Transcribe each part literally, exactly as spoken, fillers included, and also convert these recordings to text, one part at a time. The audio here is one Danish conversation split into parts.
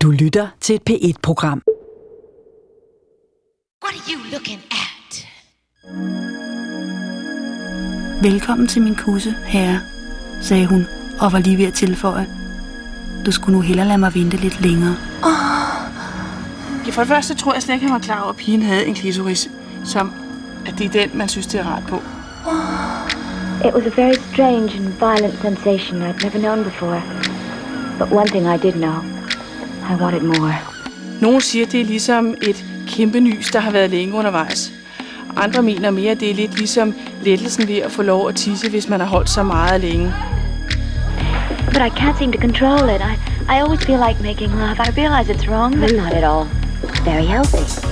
Du lytter til et P et program. What are you looking at? Velkommen til min kusse, herre, sagde hun, og var lige ved at tilføje. Du skulle nu hellere lade mig vente lidt længere. Oh. Ja, for det første tror jeg slet ikke, han var klar over, at pigen havde en klitoris, som at det er den, man synes, det er rart på. Oh. It was a very strange and violent sensation I'd never known before. But one thing I did know. I wanted more. Nogle siger, det er ligesom et kæmpe nys, der har været længe undervejs. Andre mener mere, at det er lidt ligesom lettelsen ved at få lov at tisse, hvis man har holdt så meget længe. But I can't seem to control it. I, I always feel like making love. I realize it's wrong, but not at all. Very healthy.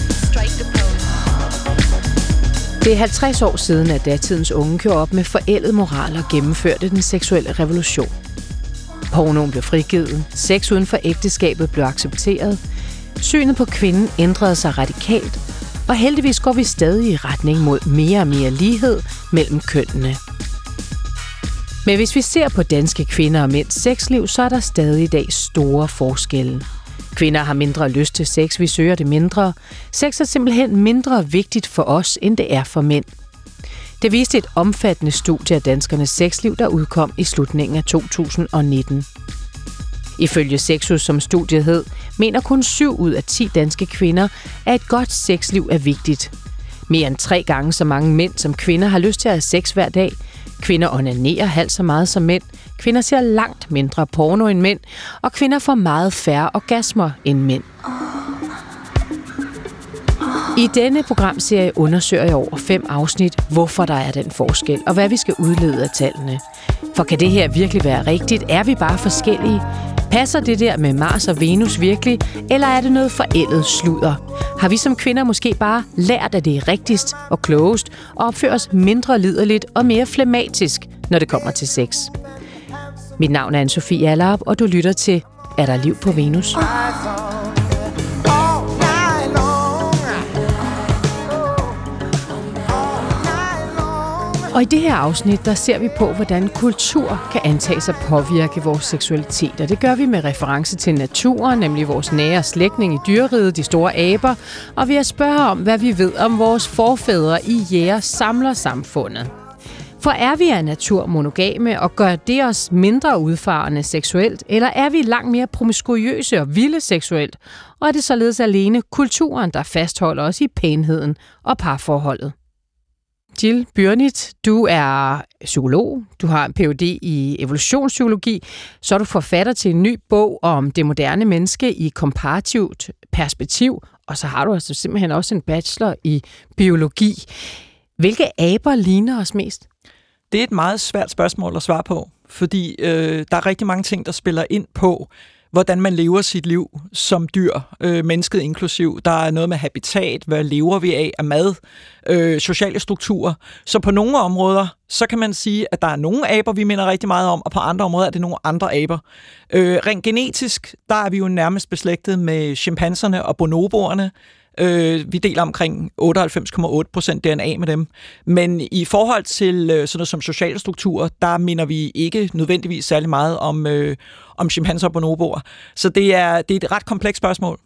Det er halvtreds år siden, at datidens unge gjorde op med forældet moral og gennemførte den seksuelle revolution. Pornoen blev frigivet, sex uden for ægteskabet blev accepteret, synet på kvinden ændrede sig radikalt, og heldigvis går vi stadig i retning mod mere og mere lighed mellem kønnene. Men hvis vi ser på danske kvinder og mænds sexliv, så er der stadig i dag store forskelle. Kvinder har mindre lyst til sex, vi søger det mindre. Sex er simpelthen mindre vigtigt for os, end det er for mænd. Det viste et omfattende studie af danskernes sexliv, der udkom i slutningen af to tusind og nitten. Ifølge Sexus, som studiet hed, mener kun syv ud af ti danske kvinder, at et godt sexliv er vigtigt. Mere end tre gange så mange mænd som kvinder har lyst til at have sex hver dag. Kvinder onanerer halvt så meget som mænd. Kvinder ser langt mindre porno end mænd. Og kvinder får meget færre orgasmer end mænd. I denne programserie undersøger jeg over fem afsnit, hvorfor der er den forskel, og hvad vi skal udlede af tallene. For kan det her virkelig være rigtigt? Er vi bare forskellige? Passer det der med Mars og Venus virkelig, eller er det noget forældet sludder? Har vi som kvinder måske bare lært, at det er rigtigst og klogest, og opfører os mindre liderligt og mere flematisk, når det kommer til sex? Mit navn er Anne-Sophie Allerup, og du lytter til Er der liv på Venus? Og i det her afsnit, der ser vi på, hvordan kultur kan antages at påvirke vores seksualitet. Og det gør vi med reference til naturen, nemlig vores nære slægtning i dyreriget, de store aber, og ved at spørge om, hvad vi ved om vores forfædre i jæger-samler-samfundet. For er vi af natur monogame, og gør det os mindre udfarende seksuelt, eller er vi langt mere promiskuøse og vilde seksuelt, og er det således alene kulturen, der fastholder os i pænheden og parforholdet? Jill Byrnit, du er psykolog, du har en P H D i evolutionspsykologi, så er du forfatter til en ny bog om det moderne menneske i komparativt perspektiv, og så har du altså simpelthen også en bachelor i biologi. Hvilke aber ligner os mest? Det er et meget svært spørgsmål at svare på, fordi øh, der er rigtig mange ting, der spiller ind på, hvordan man lever sit liv som dyr, øh, mennesket inklusiv. Der er noget med habitat, hvad lever vi af af mad, øh, sociale strukturer. Så på nogle områder, så kan man sige, at der er nogle aber, vi minder rigtig meget om, og på andre områder er det nogle andre aber. Øh, rent genetisk, der er vi jo nærmest beslægtet med chimpanserne og bonoboerne. Øh, vi deler omkring otteoghalvfems komma otte procent D N A med dem. Men i forhold til øh, sådan noget som sociale strukturer, der minder vi ikke nødvendigvis særlig meget om, øh, om chimpanser og bonoboer. Så det er, det er et ret komplekst spørgsmål.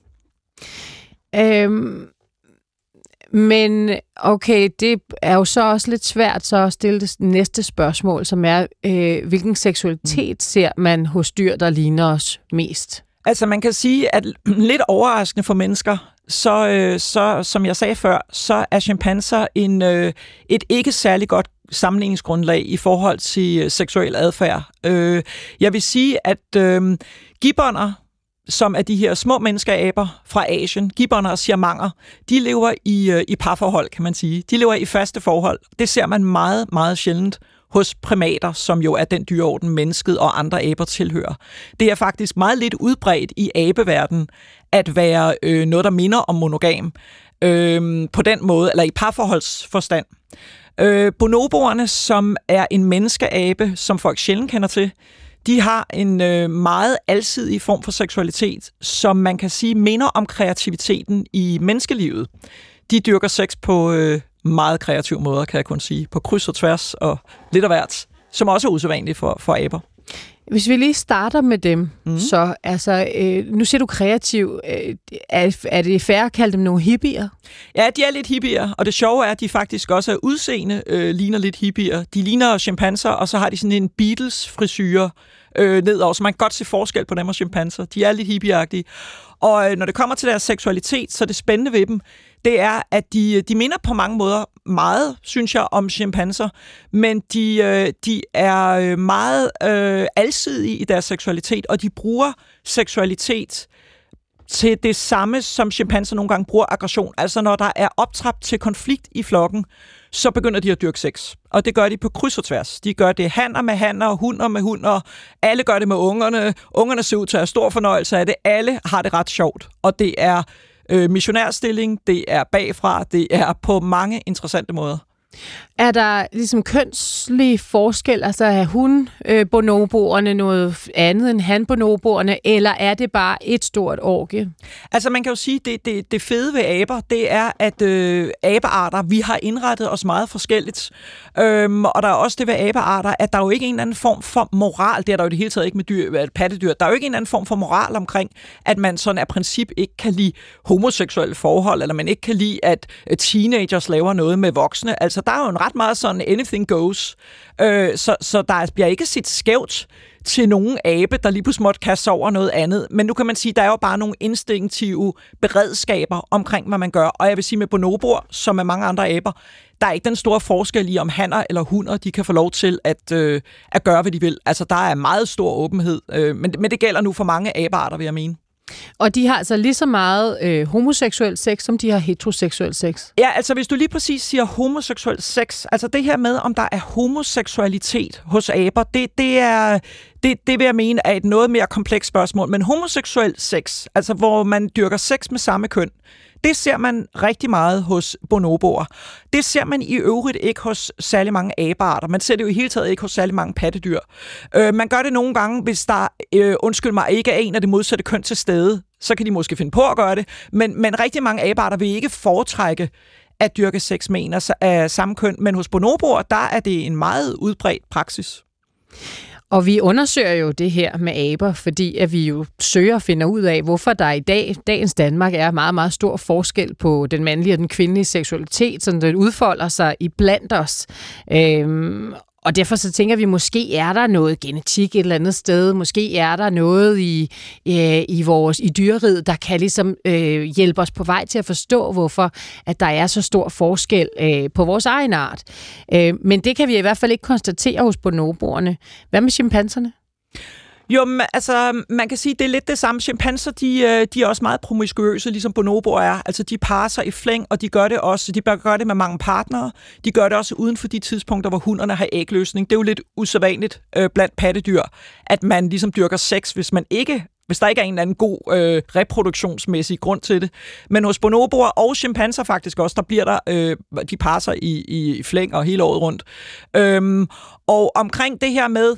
Øhm, men okay, det er jo så også lidt svært så at stille det næste spørgsmål, som er, øh, hvilken seksualitet mm. ser man hos dyr, der ligner os mest? Altså man kan sige, at lidt overraskende for mennesker, så, øh, så som jeg sagde før, så er chimpanser en, øh, et ikke særlig godt sammenligningsgrundlag i forhold til seksuel adfærd. Øh, jeg vil sige, at øh, gibbonder, som er de her små menneskeaber fra Asien, gibbonder og siamanger, de lever i, øh, i parforhold, kan man sige. De lever i faste forhold. Det ser man meget, meget sjældent hos primater, som jo er den dyreorden, mennesket og andre aber tilhører. Det er faktisk meget lidt udbredt i abeverdenen at være øh, noget, der minder om monogam øh, på den måde, eller i parforholdsforstand. Øh, bonoboerne, som er en menneskeabe, som folk sjældent kender til, de har en øh, meget alsidig form for seksualitet, som man kan sige minder om kreativiteten i menneskelivet. De dyrker sex på øh, meget kreative måder, kan jeg kun sige. På kryds og tværs og lidt af hvert, som også er usædvanligt for, for aber. Hvis vi lige starter med dem, mm. så altså, øh, nu siger du kreativ. Øh, er, er det fair at kalde dem nogle hippier? Ja, de er lidt hippier, og det sjove er, at de faktisk også er udseende, øh, ligner lidt hippier. De ligner chimpanser, og så har de sådan en Beatles-frisyre øh, nedover, så man kan godt se forskel på dem og chimpanser. De er lidt hippieagtige. Og øh, når det kommer til deres seksualitet, så det spændende ved dem, det er, at de, de minder på mange måder meget, synes jeg, om chimpanser, men de, øh, de er meget øh, alsidige i deres seksualitet, og de bruger seksualitet til det samme, som chimpanser nogle gange bruger aggression. Altså når der er optrappet til konflikt i flokken, så begynder de at dyrke sex. Og det gør de på kryds og tværs. De gør det hanner med hanner, hunder med hunder. Alle gør det med ungerne. Ungerne ser ud til at have stor fornøjelse af det. Alle har det ret sjovt. Og det er øh, missionærstilling, det er bagfra, det er på mange interessante måder. Er der ligesom kønslig forskel? Altså er hun øh, bonoboerne noget andet end han-bonoboerne, eller er det bare et stort orgie? Altså man kan jo sige, det, det, det fede ved aber, det er, at øh, abearter, vi har indrettet os meget forskelligt. Øhm, og der er også det ved abearter, at der er jo ikke en eller anden form for moral, det er der jo det hele taget ikke med dyr, pattedyr, der er jo ikke en eller anden form for moral omkring, at man sådan af princip ikke kan lide homoseksuelle forhold, eller man ikke kan lide, at teenagers laver noget med voksne. Altså der er jo en ret meget sådan anything goes. Øh, så, så der bliver ikke set skævt til nogen abe, der lige pludselig måtte kaste sig over noget andet. Men nu kan man sige, der er jo bare nogle instinktive beredskaber omkring, hvad man gør. Og jeg vil sige med bonoboer, som med mange andre aber, der er ikke den store forskel i, om hanner eller hunder, de kan få lov til at, øh, at gøre, hvad de vil. Altså der er meget stor åbenhed, øh, men, men det gælder nu for mange abearter, vil jeg mene. Og de har altså lige så meget øh, homoseksuel sex, som de har heteroseksuel sex? Ja, altså hvis du lige præcis siger homoseksuel sex, altså det her med, om der er homoseksualitet hos aber, det, det, er, det, det vil jeg mene er et noget mere komplekst spørgsmål. Men homoseksuel sex, altså hvor man dyrker sex med samme køn, det ser man rigtig meget hos bonoboer. Det ser man i øvrigt ikke hos særlig mange abearter. Man ser det jo i hele taget ikke hos særlig mange pattedyr. Øh, man gør det nogle gange, hvis der, øh, undskyld mig, ikke er en af det modsatte køn til stede. Så kan de måske finde på at gøre det. Men, men rigtig mange abearter vil ikke foretrække at dyrke sex med en af samme køn. Men hos bonoboer, der er det en meget udbredt praksis. Og vi undersøger jo det her med aber, fordi at vi jo søger og finder ud af, hvorfor der i dag, dagens Danmark er meget, meget stor forskel på den mandlige og den kvindelige seksualitet, så den udfolder sig i blandt os. Øhm, og derfor så tænker vi, måske er der noget genetik et eller andet sted, måske er der noget i, øh, i vores i dyreriget, der kan ligesom øh, hjælpe os på vej til at forstå, hvorfor at der er så stor forskel øh, på vores egen art. Øh, men det kan vi i hvert fald ikke konstatere hos bonoboerne. Hvad med chimpanserne? Jo, men, altså, man kan sige, det er lidt det samme. Chimpanser, de, de er også meget promiskuøse, ligesom bonoboer er. Altså, de parer sig i flæng, og de gør det også. De gør det med mange partnere. De gør det også uden for de tidspunkter, hvor hunderne har ægløsning. Det er jo lidt usædvanligt øh, blandt pattedyr, at man ligesom dyrker sex, hvis man ikke hvis der ikke er en eller anden god øh, reproduktionsmæssig grund til det. Men hos bonoboer og chimpanser faktisk også, der bliver der, øh, de parer sig i, i flæng og hele året rundt. Øhm, og omkring det her med,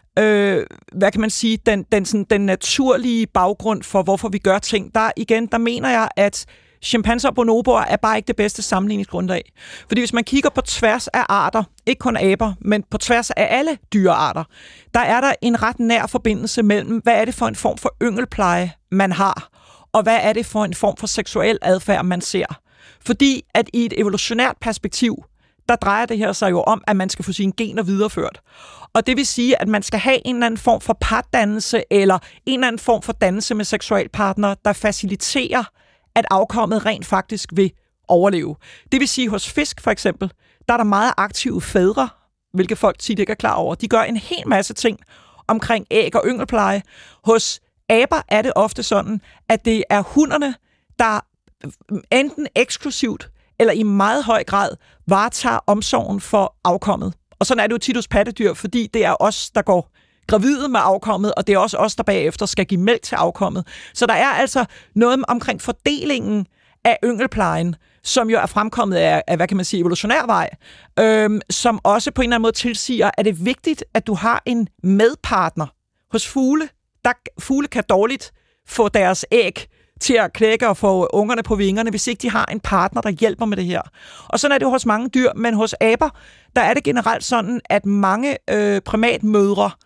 Øh, hvad kan man sige, den, den, sådan, den naturlige baggrund for, hvorfor vi gør ting, der igen, der mener jeg, at chimpanser og bonoboer er bare ikke det bedste sammenligningsgrundlag. Fordi hvis man kigger på tværs af arter, ikke kun aber, men på tværs af alle dyrearter, der er der en ret nær forbindelse mellem, hvad er det for en form for yngelpleje, man har, og hvad er det for en form for seksuel adfærd, man ser. Fordi at i et evolutionært perspektiv, der drejer det her sig jo om, at man skal få sine gener videreført. Og det vil sige, at man skal have en eller anden form for pardannelse, eller en eller anden form for dannelse med seksualpartnere, der faciliterer, at afkommet rent faktisk vil overleve. Det vil sige, hos fisk for eksempel, der er der meget aktive fædre, hvilket folk tit ikke er klar over. De gør en hel masse ting omkring æg og yngelpleje. Hos aber er det ofte sådan, at det er hunderne, der enten eksklusivt eller i meget høj grad varetager omsorgen for afkommet. Og sådan er det jo tit hos pattedyr, fordi det er os, der går gravide med afkommet, og det er også os, der bagefter skal give mælk til afkommet. Så der er altså noget omkring fordelingen af yngelplejen, som jo er fremkommet af, af hvad kan man sige, evolutionær vej, øhm, som også på en eller anden måde tilsiger, at det er vigtigt, at du har en medpartner. Hos fugle, der fugle kan dårligt få deres æg til at klække og få ungerne på vingerne, hvis ikke de har en partner, der hjælper med det her. Og sådan er det jo hos mange dyr, men hos aber, der er det generelt sådan, at mange øh, primatmødre,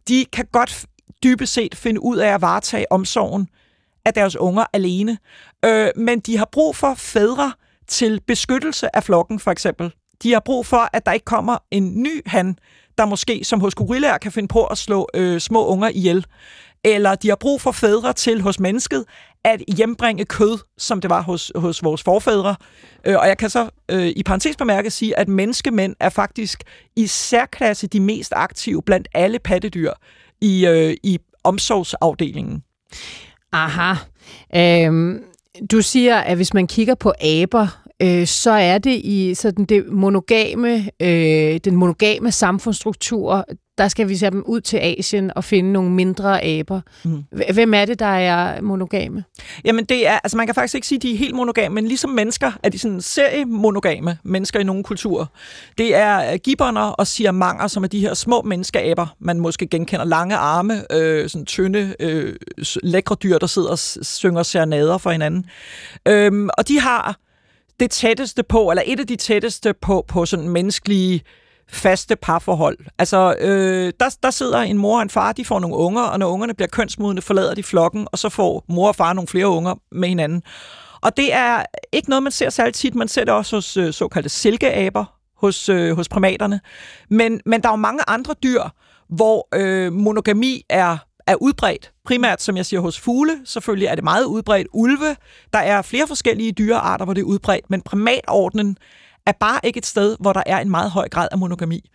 de kan godt dybest set finde ud af at varetage omsorgen af deres unger alene. Øh, men de har brug for fædre til beskyttelse af flokken, for eksempel. De har brug for, at der ikke kommer en ny han, der måske, som hos gorillaer, kan finde på at slå øh, små unger ihjel. Eller de har brug for fædre til hos mennesket at hjembringe kød, som det var hos, hos vores forfædre. Øh, og jeg kan så øh, i parentes bemærke sige, at menneskemænd er faktisk i særklasse de mest aktive blandt alle pattedyr i, øh, i omsorgsafdelingen. Aha. Øhm, du siger, at hvis man kigger på aber, øh, så er det i sådan det monogame, øh, den monogame samfundsstruktur. Der skal vi se dem ud til Asien og finde nogle mindre aber. Mm. Hvem er det, der er monogame? Jamen det er, altså man kan faktisk ikke sige, at de er helt monogame, men ligesom mennesker er de sådan seriemonogame mennesker i nogle kulturer. Det er gibboner og siamanger, som er de her små menneskeaber. Man måske genkender lange arme, øh, sådan tynde, øh, lækre dyr, der sidder og synger serenader for hinanden. Øhm, og de har det tætteste på, eller et af de tætteste på, på sådan menneskelige faste parforhold. Altså, øh, der, der sidder en mor og en far, de får nogle unger, og når ungerne bliver kønsmodne, forlader de flokken, og så får mor og far nogle flere unger med hinanden. Og det er ikke noget, man ser særlig tit. Man ser det også hos øh, såkaldte silkeaber, hos, øh, hos primaterne. Men, men der er jo mange andre dyr, hvor øh, monogami er, er udbredt. Primært, som jeg siger, hos fugle. Selvfølgelig er det meget udbredt. Ulve, der er flere forskellige dyrearter, hvor det er udbredt, men primatordenen er bare ikke et sted, hvor der er en meget høj grad af monogami.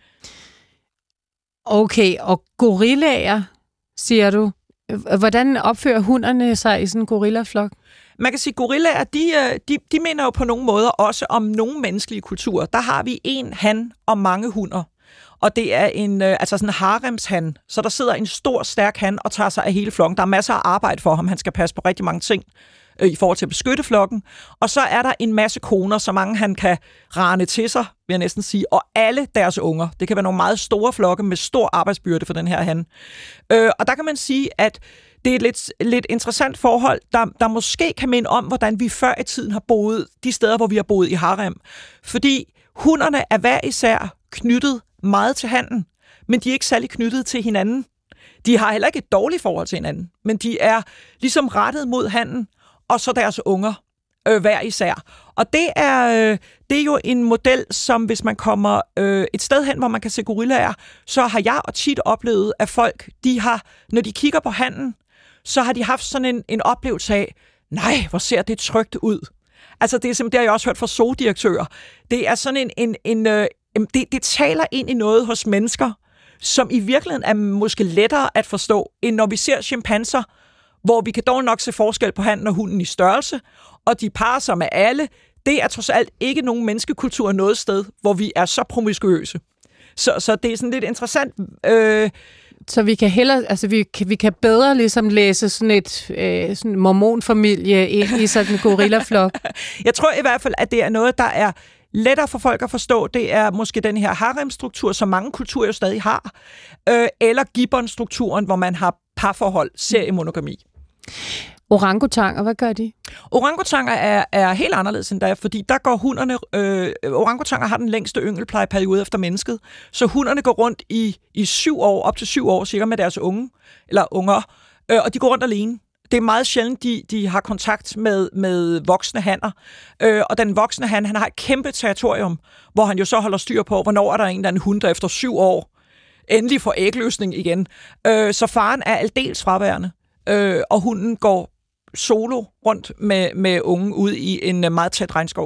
Okay, og gorillaer, siger du. Hvordan opfører hunderne sig i sådan en gorillaflok? Man kan sige, at gorillaer, de, de, de minder jo på nogle måder også om nogle menneskelige kulturer. Der har vi en han og mange hunder. Og det er en, altså sådan en haremshan. Så der sidder en stor, stærk han og tager sig af hele flokken. Der er masser af arbejde for ham. Han skal passe på rigtig mange ting i forhold til at beskytte flokken. Og så er der en masse koner, så mange han kan rane til sig, vil jeg næsten sige, og alle deres unger. Det kan være nogle meget store flokke med stor arbejdsbyrde for den her han. Øh, og der kan man sige, at det er et lidt, lidt interessant forhold, der, der måske kan minde om, hvordan vi før i tiden har boet de steder, hvor vi har boet i harem. Fordi hunderne er hver især knyttet meget til hannen, men de er ikke særlig knyttet til hinanden. De har heller ikke et dårligt forhold til hinanden, men de er ligesom rettet mod hannen, og så deres unger øh, hver især. Og det er, øh, det er jo en model, som hvis man kommer øh, et sted hen, hvor man kan se gorillaer, så har jeg og tit oplevet, at folk, de har, når de kigger på hannen, så har de haft sådan en, en oplevelse af, nej, hvor ser det trygt ud. Altså det er simpelthen, det har jeg også hørt fra zoodirektører. Det er sådan en, en, en øh, det, det taler ind i noget hos mennesker, som i virkeligheden er måske lettere at forstå, end når vi ser chimpanser, hvor vi kan dog nok se forskel på hannen og hunden i størrelse, og de parer sig med alle. Det er trods alt ikke nogen menneskekultur noget sted, hvor vi er så promiskuøse. Så, så det er sådan lidt interessant. Øh... Så vi kan hellere, altså vi kan, vi kan bedre ligesom læse sådan et øh, sådan mormonfamilie ind i sådan en gorillaflok. Jeg tror i hvert fald, at det er noget, der er lettere for folk at forstå. Det er måske den her haremstruktur, som mange kulturer jo stadig har, øh, eller gibbonstrukturen, hvor man har parforhold, seriemonogami. Orangutanger, hvad gør de? Orangutanger er, er helt anderledes end der, fordi der går hunderne... Øh, orangutanger har den længste yngelplejeperiode efter mennesket, så hunderne går rundt i, i syv år, op til syv år cirka med deres unge, eller unger, øh, og de går rundt alene. Det er meget sjældent, de, de har kontakt med, med voksne hanner. Øh, og den voksne han, han har et kæmpe territorium, hvor han jo så holder styr på, hvornår er der en eller anden hund, der efter syv år endelig får ægløsning igen. Øh, så faren er aldeles fraværende, øh, og hunden går solo rundt med, med unge ude i en meget tæt regnskov.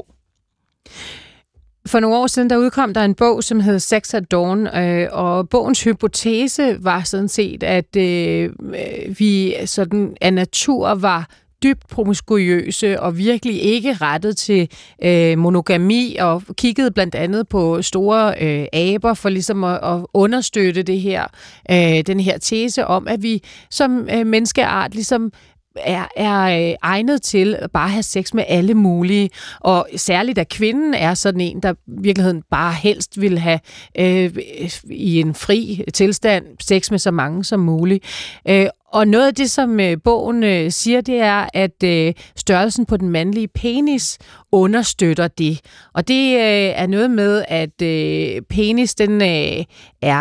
For nogle år siden, der udkom der en bog, som hed Sex at Dawn, øh, og bogens hypotese var sådan set, at øh, vi sådan af natur var dybt promiskuøse og virkelig ikke rettet til øh, monogami, og kiggede blandt andet på store øh, aber for ligesom at, at understøtte det her, øh, den her tese om, at vi som øh, menneskeart ligesom er, er øh, egnet til at bare have sex med alle mulige, og særligt at kvinden er sådan en, der i virkeligheden bare helst vil have øh, i en fri tilstand sex med så mange som muligt. Øh, og noget af det, som øh, bogen øh, siger, det er, at øh, størrelsen på den mandlige penis understøtter det. Og det øh, er noget med, at øh, penis, den øh, er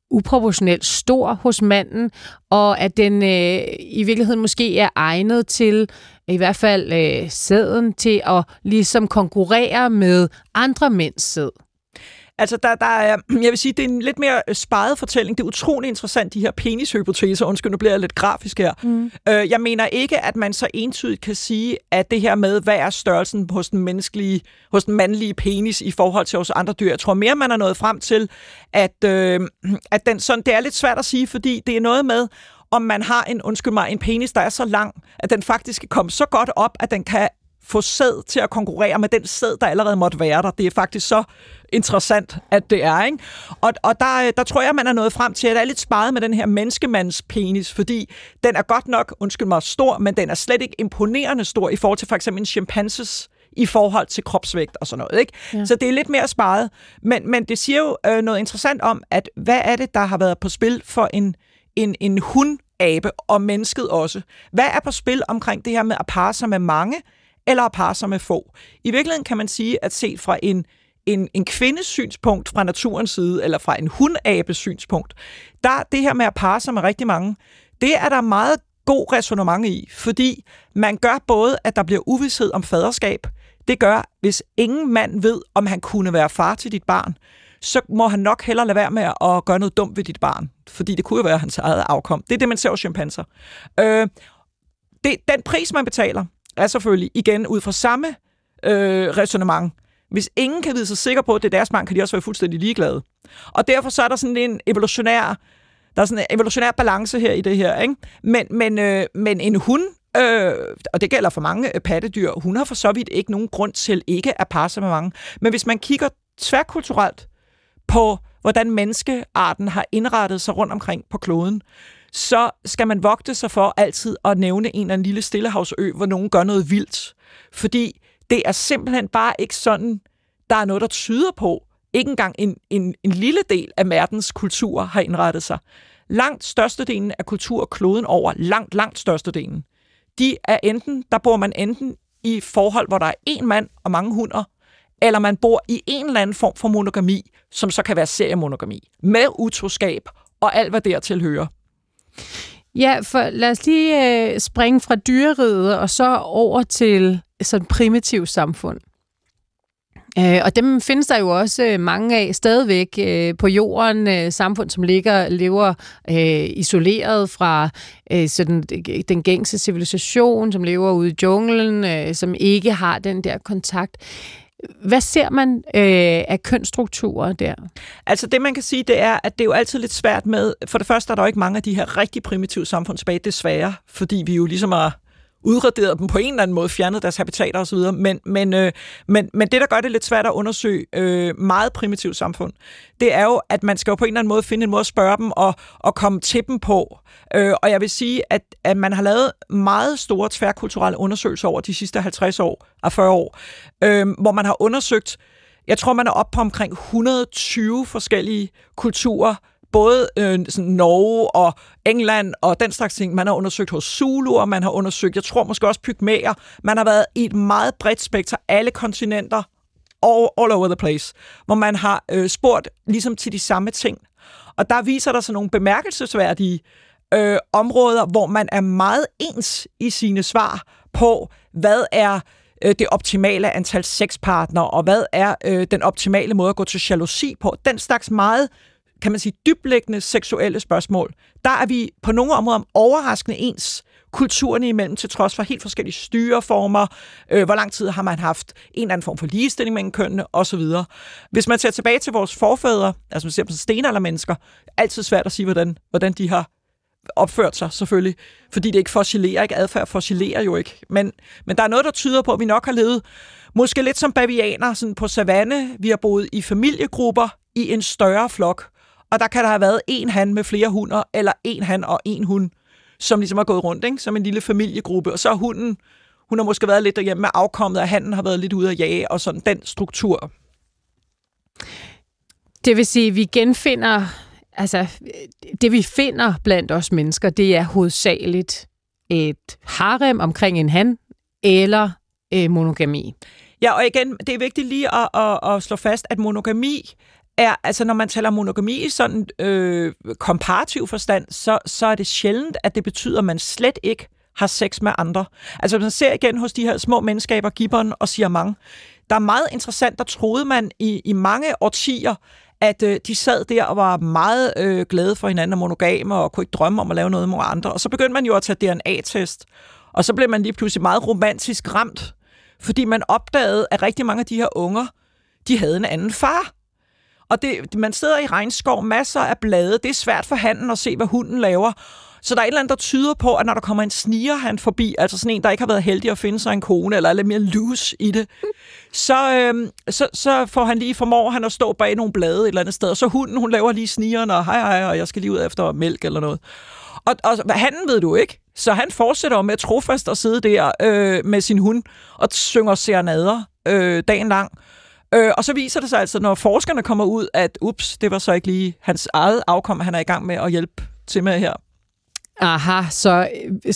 uproportionelt stor hos manden, og at den øh, i virkeligheden måske er egnet til, i hvert fald øh, sæden, til at ligesom konkurrere med andre mænds sæd. Altså, der, der er, jeg vil sige, det er en lidt mere sparet fortælling. Det er utrolig interessant, de her penishypoteser. Undskyld, nu bliver jeg lidt grafisk her. Mm. Øh, jeg mener ikke, at man så entydigt kan sige, at det her med, hvad er størrelsen hos den menneskelige, hos den mandlige penis i forhold til hos andre dyr. Jeg tror mere, man er nået frem til, at, øh, at den sådan, det er lidt svært at sige, fordi det er noget med, om man har en, undskyld mig, en penis, der er så lang, at den faktisk kan komme så godt op, at den kan få sæd til at konkurrere med den sæd, der allerede måtte være der. Det er faktisk så interessant, at det er, ikke? Og, og der, der tror jeg, man er nået frem til, at det er lidt sparet med den her menneskemands penis, fordi den er godt nok, undskyld mig, stor, men den er slet ikke imponerende stor i forhold til for eksempel en chimpanses i forhold til kropsvægt og sådan noget, ikke? Ja. Så det er lidt mere sparet. Men, men det siger jo øh, noget interessant om, at hvad er det, der har været på spil for en, en, en hundabe og mennesket også? Hvad er på spil omkring det her med at parre sig med mange, eller at parre sig med få? I virkeligheden kan man sige, at set fra en, en, en kvindes synspunkt fra naturens side, eller fra en hundabes synspunkt, der det her med at parre sig med rigtig mange, det er der meget god ræsonnement i, fordi man gør både, at der bliver uvished om faderskab. Det gør, hvis ingen mand ved, om han kunne være far til dit barn, så må han nok hellere lade være med at gøre noget dumt ved dit barn, fordi det kunne jo være hans eget afkom. Det er det, man ser hos chimpanser. Øh, det, den pris, man betaler, er selvfølgelig igen ud fra samme øh, ræsonnement. Hvis ingen kan vide sig sikker på, at det er deres barn, kan de også være fuldstændig ligeglade. Og derfor så er der sådan en evolutionær, der er sådan en evolutionær balance her i det her, ikke? Men, men, øh, men en hund, øh, og det gælder for mange øh, pattedyr, hun har for så vidt ikke nogen grund til ikke at parre sig med mange. Men hvis man kigger tværkulturelt på, hvordan menneskearten har indrettet sig rundt omkring på kloden, så skal man vogte sig for altid at nævne en eller anden lille stillehavsø, hvor nogen gør noget vildt. Fordi det er simpelthen bare ikke sådan, der er noget, der tyder på. Ikke engang en, en, en lille del af verdens kultur har indrettet sig. Langt størstedelen af kulturkloden over, langt, langt størstedelen, de er enten, der bor man enten i forhold, hvor der er én mand og mange hunder, eller man bor i en eller anden form for monogami, som så kan være seriemonogami, med utroskab og alt, hvad dertil hører. Ja, for lad os lige øh, springe fra dyreriget og så over til sådan et primitivt samfund. Øh, og dem findes der jo også øh, mange af stadigvæk øh, på jorden. Øh, samfund, som ligger, lever øh, isoleret fra øh, sådan, den gængse civilisation, som lever ude i junglen, øh, som ikke har den der kontakt. Hvad ser man øh, af kønsstrukturer der? Altså det, man kan sige, det er, at det er jo altid lidt svært med... For det første er der jo ikke mange af de her rigtig primitive samfund tilbage, desværre, fordi vi jo ligesom har udraderet dem på en eller anden måde, fjernet deres habitater osv., men, men, øh, men, men det, der gør det lidt svært at undersøge øh, meget primitive samfund, det er jo, at man skal jo på en eller anden måde finde en måde at spørge dem og, og komme til dem på. Øh, og jeg vil sige, at, at man har lavet meget store tværkulturelle undersøgelser over de sidste halvtreds år og fyrre år, øh, hvor man har undersøgt, jeg tror, man er oppe på omkring et hundrede og tyve forskellige kulturer, både øh, sådan Norge og England og den slags ting. Man har undersøgt hos Zuluer, man har undersøgt, jeg tror måske også pygmæer. Man har været i et meget bredt spekter, alle kontinenter, all, all over the place, hvor man har øh, spurgt ligesom til de samme ting. Og der viser der sig nogle bemærkelsesværdige øh, områder, hvor man er meget ens i sine svar på, hvad er øh, det optimale antal sexpartnere, og hvad er øh, den optimale måde at gå til jalousi på. Den slags meget, kan man sige, dybtliggende seksuelle spørgsmål. Der er vi på nogle områder overraskende ens kulturerne imellem, til trods for helt forskellige styreformer, øh, hvor lang tid har man haft en eller anden form for ligestilling mellem kønnene, osv. Hvis man ser tilbage til vores forfædre, altså man ser på stenaldermennesker, altid svært at sige, hvordan, hvordan de har opført sig, selvfølgelig, fordi det ikke fossilerer, ikke adfærd fossilerer jo ikke. Men, men der er noget, der tyder på, at vi nok har levet måske lidt som bavianer sådan på savanne. Vi har boet i familiegrupper i en større flok, og der kan der have været en han med flere hunder, eller en han og en hund, som ligesom har gået rundt, ikke? Som en lille familiegruppe. Og så har hunden, hun har måske været lidt derhjemme med afkommet, og hannen har været lidt ude at jage, og sådan den struktur. Det vil sige, at vi genfinder, altså det vi finder blandt os mennesker, det er hovedsageligt et harem omkring en han, eller øh, monogami. Ja, og igen, det er vigtigt lige at, at, at slå fast, at monogami er, altså når man taler monogami i sådan øh, komparativ forstand, så, så er det sjældent, at det betyder, at man slet ikke har sex med andre. Altså man ser igen hos de her små menneskaber, gibberen og siamang, der er meget interessant, der troede man i, i mange årtier, at øh, de sad der og var meget øh, glade for hinanden og monogame og kunne ikke drømme om at lave noget med andre. Og så begyndte man jo at tage D N A-test, og så blev man lige pludselig meget romantisk ramt, fordi man opdagede, at rigtig mange af de her unger, de havde en anden far. Og det, man sidder i regnskov, masser af blade, det er svært for hannen at se, hvad hunden laver. Så der er et eller andet, der tyder på, at når der kommer en snigerhand forbi, altså sådan en, der ikke har været heldig at finde sig en kone, eller er lidt mere loose i det, så, øhm, så, så får han lige, formår han at stå bag nogle blade et eller andet sted, og så hunden, hun laver lige snigeren, og hej hej, og jeg skal lige ud efter mælk eller noget. Og, og hannen ved du ikke, så han fortsætter med trofast at sidde der øh, med sin hund, og synger serenader øh, dagen lang. Øh, og så viser det sig altså, når forskerne kommer ud, at ups, det var så ikke lige hans eget afkom, han er i gang med at hjælpe til med her. Aha, så,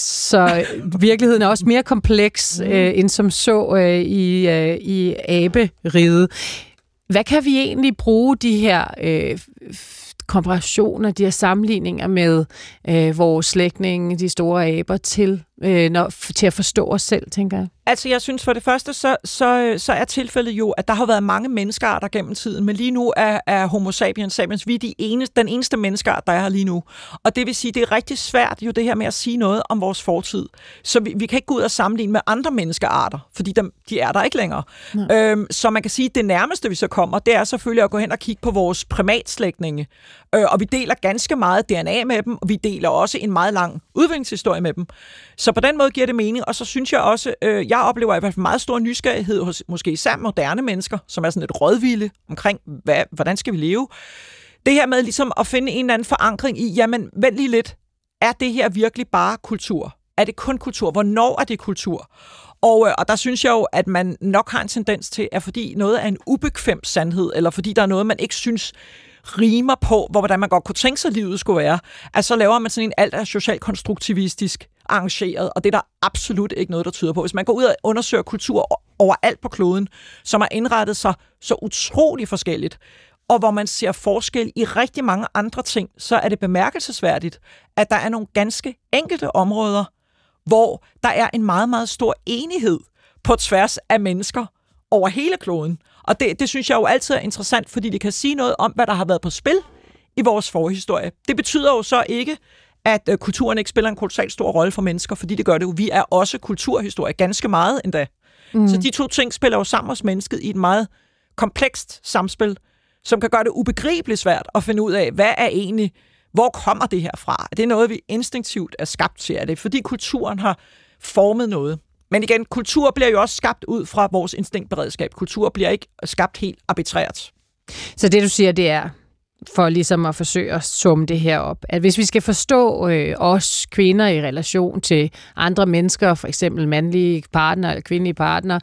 så virkeligheden er også mere kompleks mm. øh, end som så øh, i, øh, i aberiget. Hvad kan vi egentlig bruge de her øh, komparationer, de her sammenligninger med øh, vores slægtninge, de store aber, til, øh, når, til at forstå os selv, tænker jeg? Altså, jeg synes for det første, så, så, så er tilfældet jo, at der har været mange menneskearter gennem tiden, men lige nu er, er Homo sapiens sapiens, vi er de eneste, den eneste menneskeart, der er her lige nu. Og det vil sige, det er rigtig svært jo det her med at sige noget om vores fortid. Så vi, vi kan ikke gå ud og sammenligne med andre menneskearter, fordi dem, de er der ikke længere. Øhm, så man kan sige, at det nærmeste, vi så kommer, det er selvfølgelig at gå hen og kigge på vores primatslægtninge. Øh, og vi deler ganske meget D N A med dem, og vi deler også en meget lang udviklingshistorie med dem. Så på den måde giver det mening, og så synes jeg også, øh, jeg oplever i hvert fald meget stor nysgerrighed hos måske især moderne mennesker, som er sådan lidt rådvilde omkring, hvad, hvordan skal vi leve. Det her med ligesom at finde en eller anden forankring i, jamen vent lige lidt, er det her virkelig bare kultur? Er det kun kultur? Hvornår er det kultur? Og, øh, og der synes jeg jo, at man nok har en tendens til, at fordi noget er en ubekvem sandhed, eller fordi der er noget, man ikke synes rimer på, hvor hvordan man godt kunne tænke sig, at livet skulle være, at så laver man sådan en alt er socialkonstruktivistisk arrangeret, og det er der absolut ikke noget, der tyder på. Hvis man går ud og undersøger kultur overalt på kloden, som har indrettet sig så utrolig forskelligt, og hvor man ser forskel i rigtig mange andre ting, så er det bemærkelsesværdigt, at der er nogle ganske enkelte områder, hvor der er en meget, meget stor enighed på tværs af mennesker over hele kloden. Og det, det synes jeg jo altid er interessant, fordi det kan sige noget om, hvad der har været på spil i vores forhistorie. Det betyder jo så ikke, at øh, kulturen ikke spiller en kolossalt stor rolle for mennesker, fordi det gør det jo. Vi er også kulturhistorie, ganske meget endda. Mm. Så de to ting spiller jo sammen hos mennesket i et meget komplekst samspil, som kan gøre det ubegribeligt svært at finde ud af, hvad er egentlig, hvor kommer det her fra? Er det noget, vi instinktivt er skabt til? Er det fordi kulturen har formet noget? Men igen, kultur bliver jo også skabt ud fra vores instinktberedskab. Kultur bliver ikke skabt helt arbitrært. Så det, du siger, det er, for ligesom at forsøge at summe det her op, at hvis vi skal forstå øh, os kvinder i relation til andre mennesker, for eksempel mandlige partner eller kvindelige partner,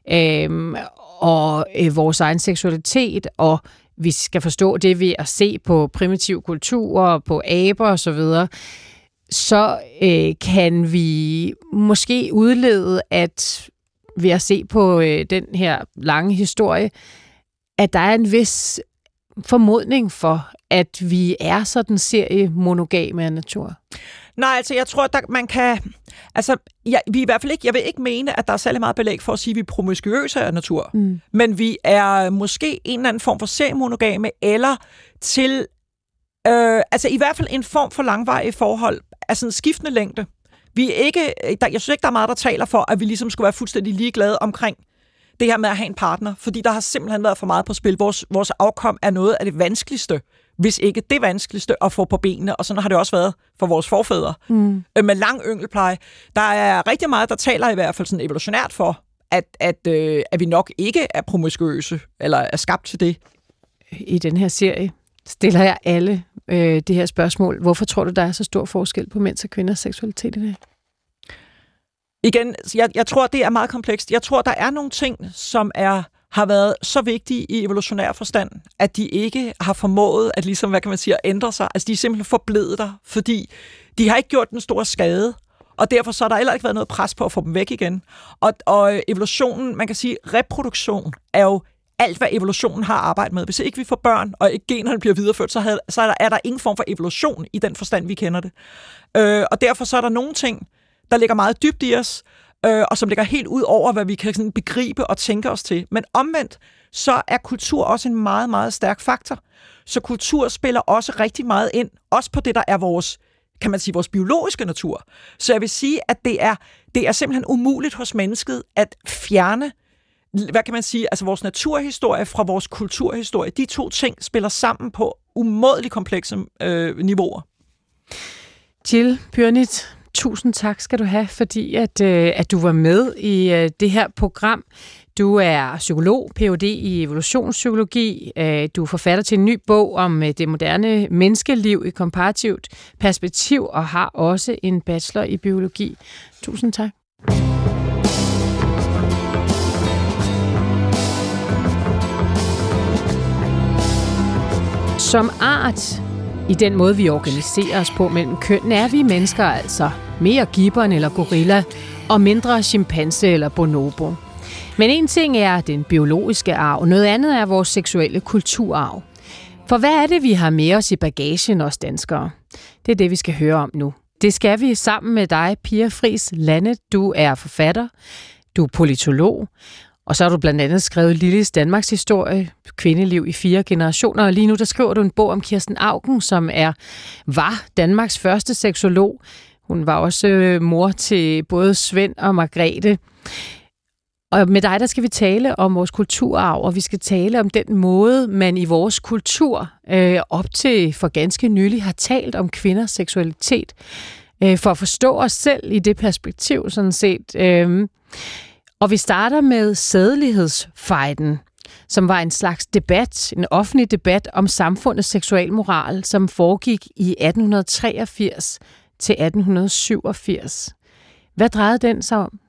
øh, og øh, vores egen seksualitet, og vi skal forstå det ved at se på primitiv kultur, på aber og så videre, så øh, kan vi måske udlede, at ved at se på øh, den her lange historie, at der er en vis formodning for, at vi er sådan en serie monogame af natur. Nej, altså jeg tror, at man kan... Altså, jeg, vi i hvert fald ikke... Jeg vil ikke mene, at der er særlig meget belæg for at sige, at vi er promiskuøse af natur. Mm. Men vi er måske en eller anden form for seriemonogame, eller til... Øh, altså i hvert fald en form for langvarige forhold, altså en skiftende længde. Vi er ikke... Der, jeg synes ikke, der er meget, der taler for, at vi ligesom skulle være fuldstændig ligeglade omkring det her med at have en partner, fordi der har simpelthen været for meget på spil. Vores, vores afkom er noget af det vanskeligste, hvis ikke det vanskeligste at få på benene, og sådan har det også været for vores forfædre. Mm. Øh, med lang yngelpleje. Der er rigtig meget, der taler i hvert fald sådan evolutionært for, at, at, øh, at vi nok ikke er promiskuøse, eller er skabt til det. I den her serie stiller jeg alle øh, det her spørgsmål. Hvorfor tror du, der er så stor forskel på mænds og kvinders seksualitet i det? Igen, jeg, jeg tror, det er meget komplekst. Jeg tror, der er nogle ting, som er, har været så vigtige i evolutionær forstand, at de ikke har formået at, ligesom, hvad kan man sige, at ændre sig. Altså, de er simpelthen forblevet der, fordi de har ikke gjort den store skade, og derfor så har der heller ikke været noget pres på at få dem væk igen. Og, og evolutionen, man kan sige, reproduktion er jo alt, hvad evolutionen har arbejdet med. Hvis ikke vi får børn, og ikke generne bliver videreført, så, havde, så er, der, er der ingen form for evolution i den forstand, vi kender det. Øh, og derfor så er der nogle ting, der ligger meget dybt i os, øh, og som ligger helt ud over, hvad vi kan sådan begribe og tænke os til. Men omvendt, så er kultur også en meget, meget stærk faktor. Så kultur spiller også rigtig meget ind, også på det, der er vores, kan man sige, vores biologiske natur. Så jeg vil sige, at det er, det er simpelthen umuligt hos mennesket at fjerne, hvad kan man sige, altså vores naturhistorie fra vores kulturhistorie. De to ting spiller sammen på umådeligt komplekse øh, niveauer. Jill Pyrnit, tusind tak skal du have, fordi at, øh, at du var med i øh, det her program. Du er psykolog, P H D i evolutionspsykologi. Øh, du er forfatter til en ny bog om øh, det moderne menneskeliv i komparativt perspektiv, og har også en bachelor i biologi. Tusind tak. Som art, i den måde, vi organiserer os på mellem køn, er vi mennesker altså mere gibbon eller gorilla, og mindre chimpanse eller bonobo. Men en ting er den biologiske arv, noget andet er vores seksuelle kulturarv. For hvad er det, vi har med os i bagagen, os danskere? Det er det, vi skal høre om nu. Det skal vi sammen med dig, Pia Fris Lande. Du er forfatter, du er politolog, og så har du blandt andet skrevet Lillis Danmarks historie, kvindeliv i fire generationer, og lige nu der skriver du en bog om Kirsten Auken, som er var Danmarks første seksolog. Hun var også øh, mor til både Svend og Margrethe. Og med dig, der skal vi tale om vores kulturarv, og vi skal tale om den måde, man i vores kultur øh, op til for ganske nylig har talt om kvinders seksualitet, øh, for at forstå os selv i det perspektiv, sådan set. Øh. Og vi starter med sædelighedsfejden, som var en slags debat, en offentlig debat om samfundets seksualmoral, som foregik i atten treogfirs til atten syvogfirs. Hvad drejede den sig om?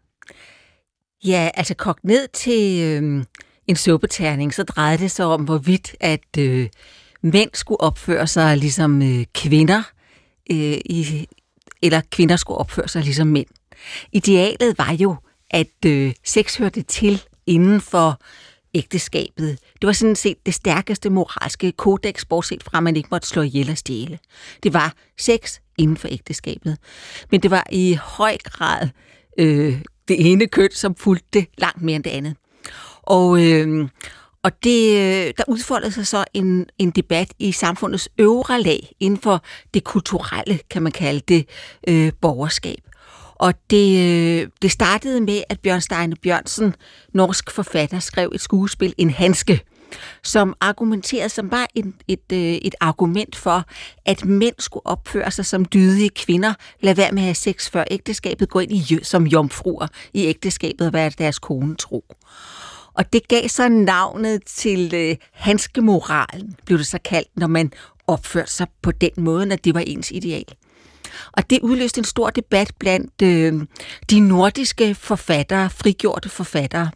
Ja, altså kogt ned til øh, en suppeterning, så drejede det sig om, hvorvidt at øh, mænd skulle opføre sig ligesom øh, kvinder, øh, i, eller kvinder skulle opføre sig ligesom mænd. Idealet var jo, at øh, sex hørte til inden for ægteskabet. Det var sådan set det stærkeste moralske kodex, bortset fra, at man ikke måtte slå ihjel og stjæle. Det var sex inden for ægteskabet. Men det var i høj grad øh, det ene køn, som fulgte langt mere end det andet. Og, øh, og det, der udfoldede sig så en, en debat i samfundets øvre lag, inden for det kulturelle, kan man kalde det, øh, borgerskab. Og det, det startede med, at Bjørn Steine Bjørnsen, norsk forfatter, skrev et skuespil, En handske, som argumenterede som bare et, et, et argument for, at mænd skulle opføre sig som dydige kvinder, lade være med at have sex før ægteskabet, gå ind i, som jomfruer i ægteskabet og være deres kone tro. Og det gav så navnet til øh, handskemoralen, blev det så kaldt, når man opførte sig på den måde, at det var ens ideal. Og det udløste en stor debat blandt øh, de nordiske forfattere, frigjorte forfattere.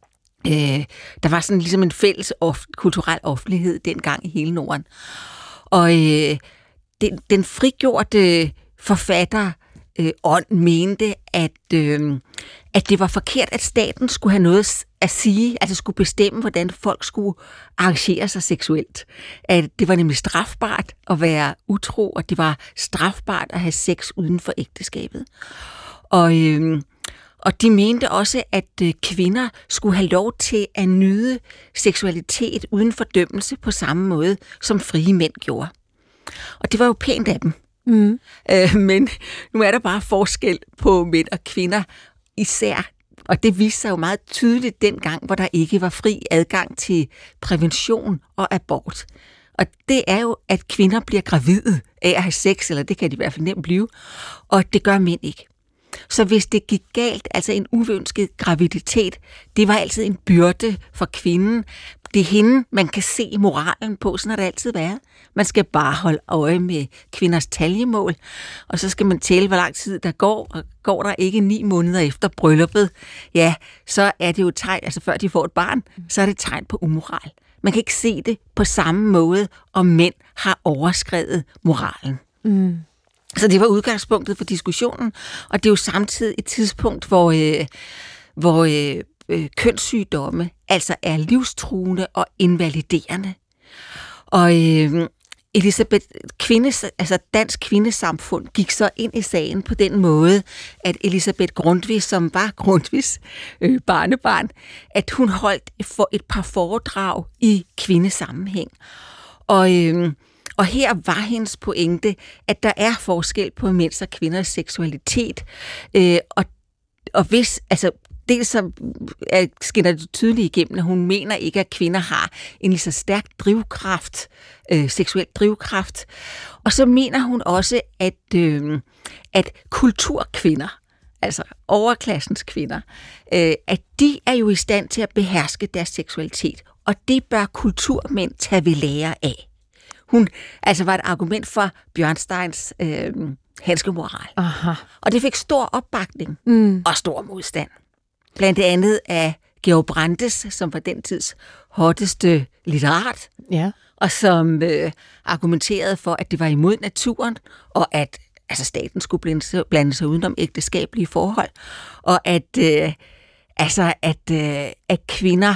Øh, der var sådan ligesom en fælles off- kulturel offentlighed dengang i hele Norden. Og øh, den, den frigjorte forfatter øh, ånd mente, at, øh, at det var forkert, at staten skulle have noget at sige, at det skulle bestemme, hvordan folk skulle arrangere sig seksuelt. At det var nemlig strafbart at være utro, og det var strafbart at have sex uden for ægteskabet. Og, øh, og de mente også, at øh, kvinder skulle have lov til at nyde seksualitet uden fordømmelse på samme måde, som frie mænd gjorde. Og det var jo pænt af dem. Mm. Øh, men nu er der bare forskel på mænd og kvinder, især. Og det viste sig jo meget tydeligt dengang, hvor der ikke var fri adgang til prævention og abort. Og det er jo, at kvinder bliver gravide af at have sex, eller det kan de i hvert fald nemt blive, og det gør mænd ikke. Så hvis det gik galt, altså en uønsket graviditet, det var altid en byrde for kvinden. Det er hende, man kan se moralen på, sådan har det altid været. Man skal bare holde øje med kvinders taljemål, og så skal man tælle, hvor lang tid der går, og går der ikke ni måneder efter brylluppet, ja, så er det jo et tegn, altså før de får et barn, så er det et tegn på umoral. Man kan ikke se det på samme måde, om mænd har overskredet moralen. Mm. Så det var udgangspunktet for diskussionen, og det er jo samtidig et tidspunkt, hvor, øh, hvor øh, øh, kønssygdomme altså er livstruende og invaliderende. Og øh, Elisabeth kvindes, altså Dansk Kvindesamfund gik så ind i sagen på den måde, at Elisabeth Grundtvig, som var Grundtvigs øh, barnebarn, at hun holdt for et par foredrag i kvindesammenhæng. Og, øh, og her var hendes pointe, at der er forskel på mænds og kvinders seksualitet. Øh, og, og hvis, altså dels så skinner det tydeligt igennem, at hun mener ikke, at kvinder har en lige så stærk drivkraft, øh, seksuel drivkraft. Og så mener hun også, at, øh, at kulturkvinder, altså overklassens kvinder, øh, at de er jo i stand til at beherske deres seksualitet, og det bør kulturmænd tage ved lære af. Hun altså var et argument for Bjørnsteins øh, handskemoral. Aha. Og det fik stor opbakning Mm. og stor modstand. Blandt andet af Georg Brandes, som var den tids hotteste litterat, Ja. og som øh, argumenterede for, at det var imod naturen, og at altså, staten skulle blande sig, blande sig udenom ægteskabelige forhold, og at, øh, altså, at, øh, at kvinder...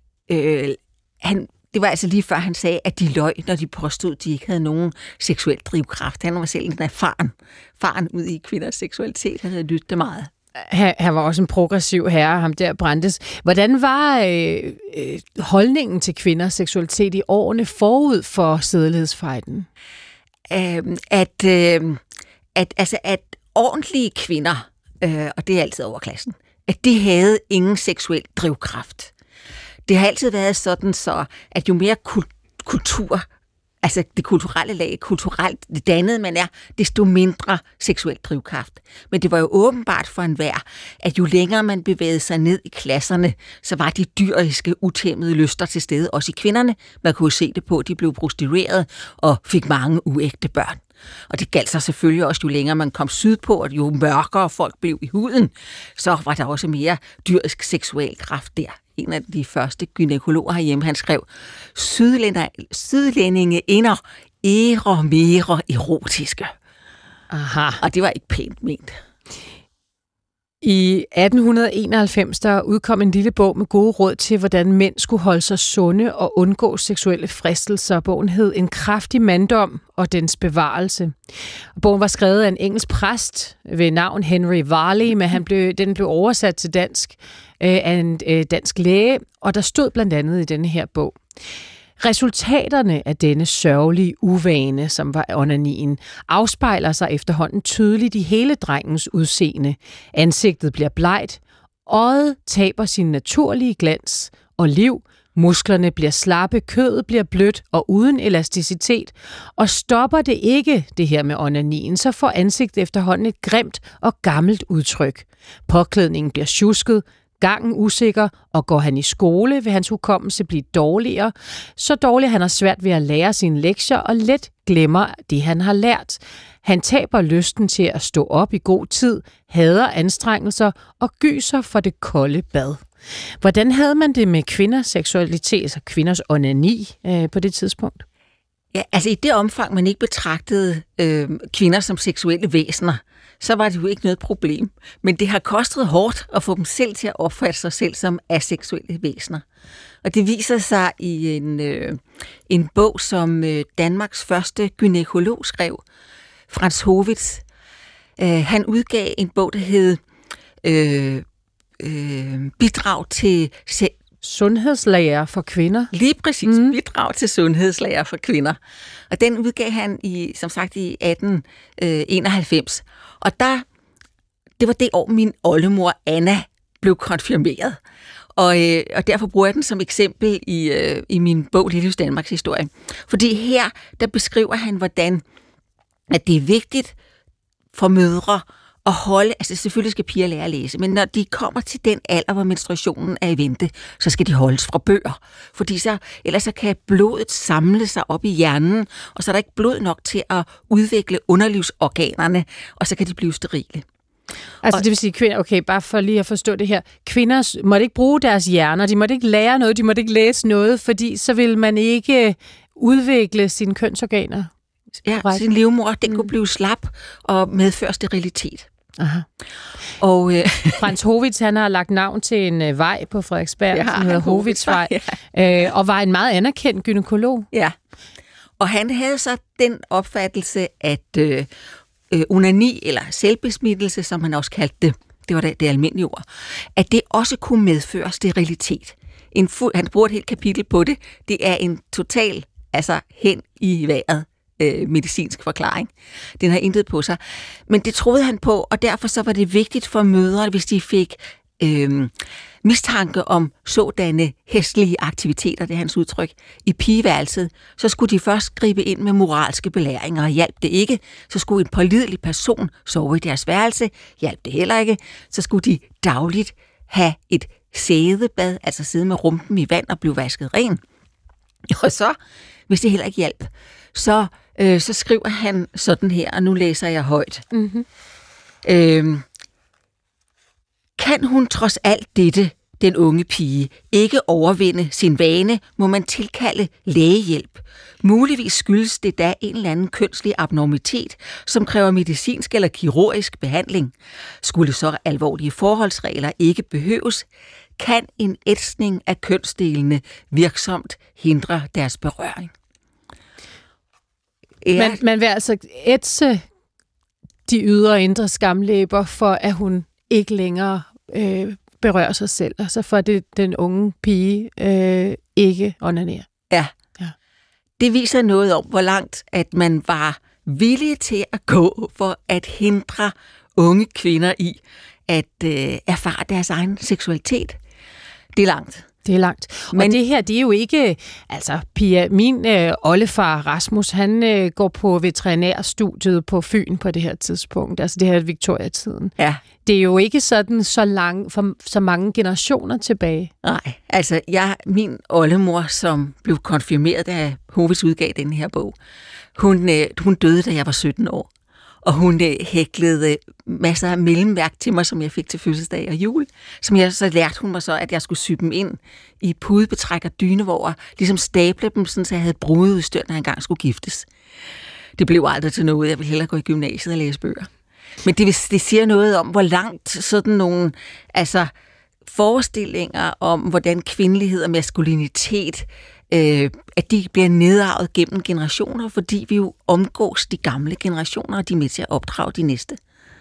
Øh, han, det var altså lige før, han sagde, at de løg, når de påstod, at de ikke havde nogen seksuel drivkraft. Han var selv en erfaren, faren ud i kvinders seksualitet. Han havde lyttet det meget. Han, han var også en progressiv herre, ham der Brandes. Hvordan var øh, øh, holdningen til kvinders seksualitet i årene forud for sædelighedsfejden? Øh, at, øh, at, altså, at ordentlige kvinder, øh, og det er altid overklassen, at de havde ingen seksuel drivkraft. Det har altid været sådan, så at jo mere kultur, altså det kulturelle lag, kulturelt det dannede man er, desto mindre seksuel drivkraft. Men det var jo åbenbart for enhver, at jo længere man bevægede sig ned i klasserne, så var de dyriske, utæmmede lyster til stede, også i kvinderne. Man kunne se det på, at de blev prostitueret og fik mange uægte børn. Og det galt sig selvfølgelig også, jo længere man kom sydpå, og jo mørkere folk blev i huden, så var der også mere dyrisk seksuel kraft der. En af de første gynækologer herhjemme, han skrev, sydlændinge inder ære mere erotiske. Aha. Og det var ikke pænt ment. I atten enoghalvfems der udkom en lille bog med gode råd til, hvordan mænd skulle holde sig sunde og undgå seksuelle fristelser. Bogen hed En kraftig manddom og dens bevarelse. Bogen var skrevet af en engelsk præst ved navn Henry Varley, men han blev, den blev oversat til dansk øh, af en øh, dansk læge, og der stod blandt andet i denne her bog: resultaterne af denne sørgelige uvane, som var onanien, afspejler sig efterhånden tydeligt i hele drengens udseende. Ansigtet bliver blegt, øjet taber sin naturlige glans og liv, musklerne bliver slappe, kødet bliver blødt og uden elasticitet, og stopper det ikke, det her med onanien, så får ansigtet efterhånden et grimt og gammelt udtryk. Påklædningen bliver sjusket, gangen usikker, og går han i skole, vil hans hukommelse blive dårligere, så dårligt han har svært ved at lære sine lektier og let glemmer det, han har lært. Han taber lysten til at stå op i god tid, hader anstrengelser og gyser for det kolde bad. Hvordan havde man det med kvinders seksualitet, altså kvinders onani øh, på det tidspunkt? Ja, altså i det omfang, man ikke betragtede øh, kvinder som seksuelle væsener, så var det jo ikke noget problem. Men det har kostet hårdt at få dem selv til at opfatte sig selv som aseksuelle væsener. Og det viser sig i en, øh, en bog, som øh, Danmarks første gynækolog skrev, Frans Howitz. Øh, han udgav en bog, der hed øh, øh, Bidrag til... Se- Sundhedslærer for kvinder. Lige præcis, mm. Bidrag til sundhedslærer for kvinder. Og den udgav han, i, som sagt, i atten enoghalvfems. Og der, det var det år, min oldemor Anna blev konfirmeret. Og, øh, og derfor bruger jeg den som eksempel i, øh, i min bog Lille Danmarks historie. Fordi her, der beskriver han, hvordan at det er vigtigt for mødre at holde, altså selvfølgelig skal piger lære at læse, men når de kommer til den alder, hvor menstruationen er i vente, så skal de holdes fra bøger. Fordi så, ellers så kan blodet samle sig op i hjernen, og så er der ikke blod nok til at udvikle underlivsorganerne, og så kan de blive sterile. Altså og, det vil sige, kvinder, okay, bare for lige at forstå det her, kvinder måtte ikke bruge deres hjerner, de måtte ikke lære noget, de måtte ikke læse noget, fordi så vil man ikke udvikle sine kønsorganer. Ja, sin livmor, den kunne blive slap og medføre sterilitet. Aha. Og øh, Frans Howitz, han har lagt navn til en øh, vej på Frederiksberg, Ja, som hedder Howitzvej, ja. øh, og var en meget anerkendt gynekolog. Ja, og han havde så den opfattelse, at øh, øh, onani, eller selvbesmittelse, som han også kaldte det, det var det, det almindelige ord, at det også kunne medføre sterilitet. En fu- han bruger et helt kapitel på det. Det er en total, altså hen i vejret, øh, medicinsk forklaring. Den har intet på sig. Men det troede han på, og derfor så var det vigtigt for mødre, hvis de fik øh, mistanke om sådanne hæslige aktiviteter, det er hans udtryk, i pigeværelset, så skulle de først gribe ind med moralske belæringer, og hjalp det ikke, så skulle en pålidelig person sove i deres værelse, hjalp det heller ikke, så skulle de dagligt have et sædebad, altså sidde med rumpen i vand og blive vasket ren. Og så, hvis det heller ikke hjalp, så, øh, så skriver han sådan her, og nu læser jeg højt. Mm-hmm. Øh, kan hun trods alt dette, den unge pige, ikke overvinde sin vane, må man tilkalde lægehjælp. Muligvis skyldes det da en eller anden kønslig abnormitet, som kræver medicinsk eller kirurgisk behandling. Skulle så alvorlige forholdsregler ikke behøves, kan en ætsning af kønsdelene virksomt hindre deres berøring. Ja. Man, man vil altså ætse de ydre og indre skamlæber, for at hun ikke længere øh, berører sig selv, altså for at det, den unge pige øh, ikke onanerer. Ja. ja. Det viser noget om, hvor langt at man var villig til at gå for at hindre unge kvinder i at øh, erfare deres egen seksualitet. Det er langt. Det er langt. Men, Men og det her, det er jo ikke... Altså, Pia, min øh, oldefar Rasmus, han øh, går på veterinærstudiet på Fyn på det her tidspunkt. Altså, det her er Victoria-tiden. Ja. Det er jo ikke sådan så, lang, for, så mange generationer tilbage. Nej, altså, jeg, min oldemor, som blev konfirmeret, da Howitz udgav den her bog, hun, øh, hun døde, da jeg var sytten år. Og hun øh, hæklede masser af mellemværk til mig, som jeg fik til fødselsdag og jul. Som jeg så lærte hun mig så, at jeg skulle sy dem ind i pudebetræk og dynevover, ligesom stable dem, sådan, så jeg havde brudeudstyr, når jeg engang skulle giftes. Det blev aldrig til noget. Jeg ville hellere gå i gymnasiet og læse bøger. Men det, det siger noget om, hvor langt sådan nogle altså, forestillinger om, hvordan kvindelighed og maskulinitet, øh, at de bliver nedarvet gennem generationer, fordi vi jo omgås de gamle generationer, og de er med til at opdrage de næste.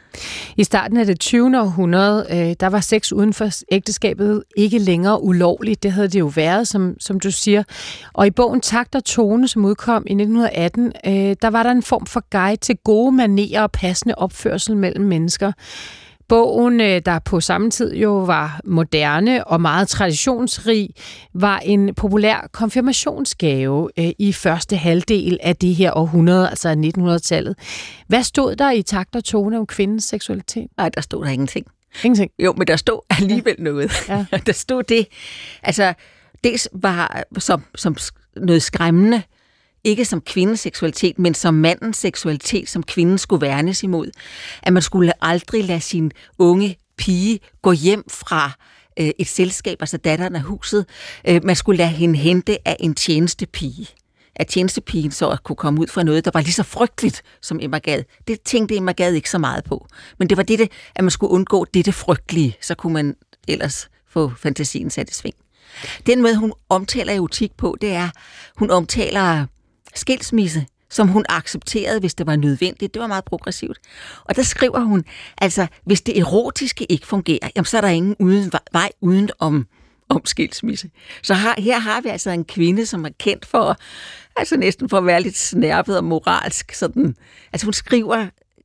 I starten af det tyvende århundrede, øh, der var sex uden for ægteskabet ikke længere ulovligt. Det havde det jo været, som, som du siger. Og i bogen Takt og Tone, som udkom i nitten atten, øh, der var der en form for guide til gode manerer og passende opførsel mellem mennesker. Bogen, der på samme tid jo var moderne og meget traditionsrig, var en populær konfirmationsgave i første halvdel af det her århundrede, altså nittenhundredetallet. Hvad stod der i Takt og Tone om kvindens seksualitet? Nej, der stod der ingenting. Ingenting? Jo, men der stod alligevel noget. Ja. Der stod det. Altså, dels var som, som noget skræmmende, ikke som kvindens seksualitet, men som mandens seksualitet, som kvinden skulle værnes imod. At man skulle aldrig lade sin unge pige gå hjem fra øh, et selskab, altså datteren af huset. Øh, man skulle lade hende hente af en tjenestepige. At tjenestepigen så kunne komme ud fra noget, der var lige så frygteligt som Emma Gad. Det tænkte Emma Gad ikke så meget på. Men det var det, at man skulle undgå dette frygtelige, så kunne man ellers få fantasien sat i sving. Den måde, hun omtaler erotik på, det er, hun omtaler skilsmisse, som hun accepterede, hvis det var nødvendigt. Det var meget progressivt. Og der skriver hun, altså, hvis det erotiske ikke fungerer, jamen, så er der ingen uden vej uden om, om skilsmisse. Så her, her har vi altså en kvinde, som er kendt for, altså næsten for at være lidt snærpet og moralsk. Sådan. Altså, hun skriver,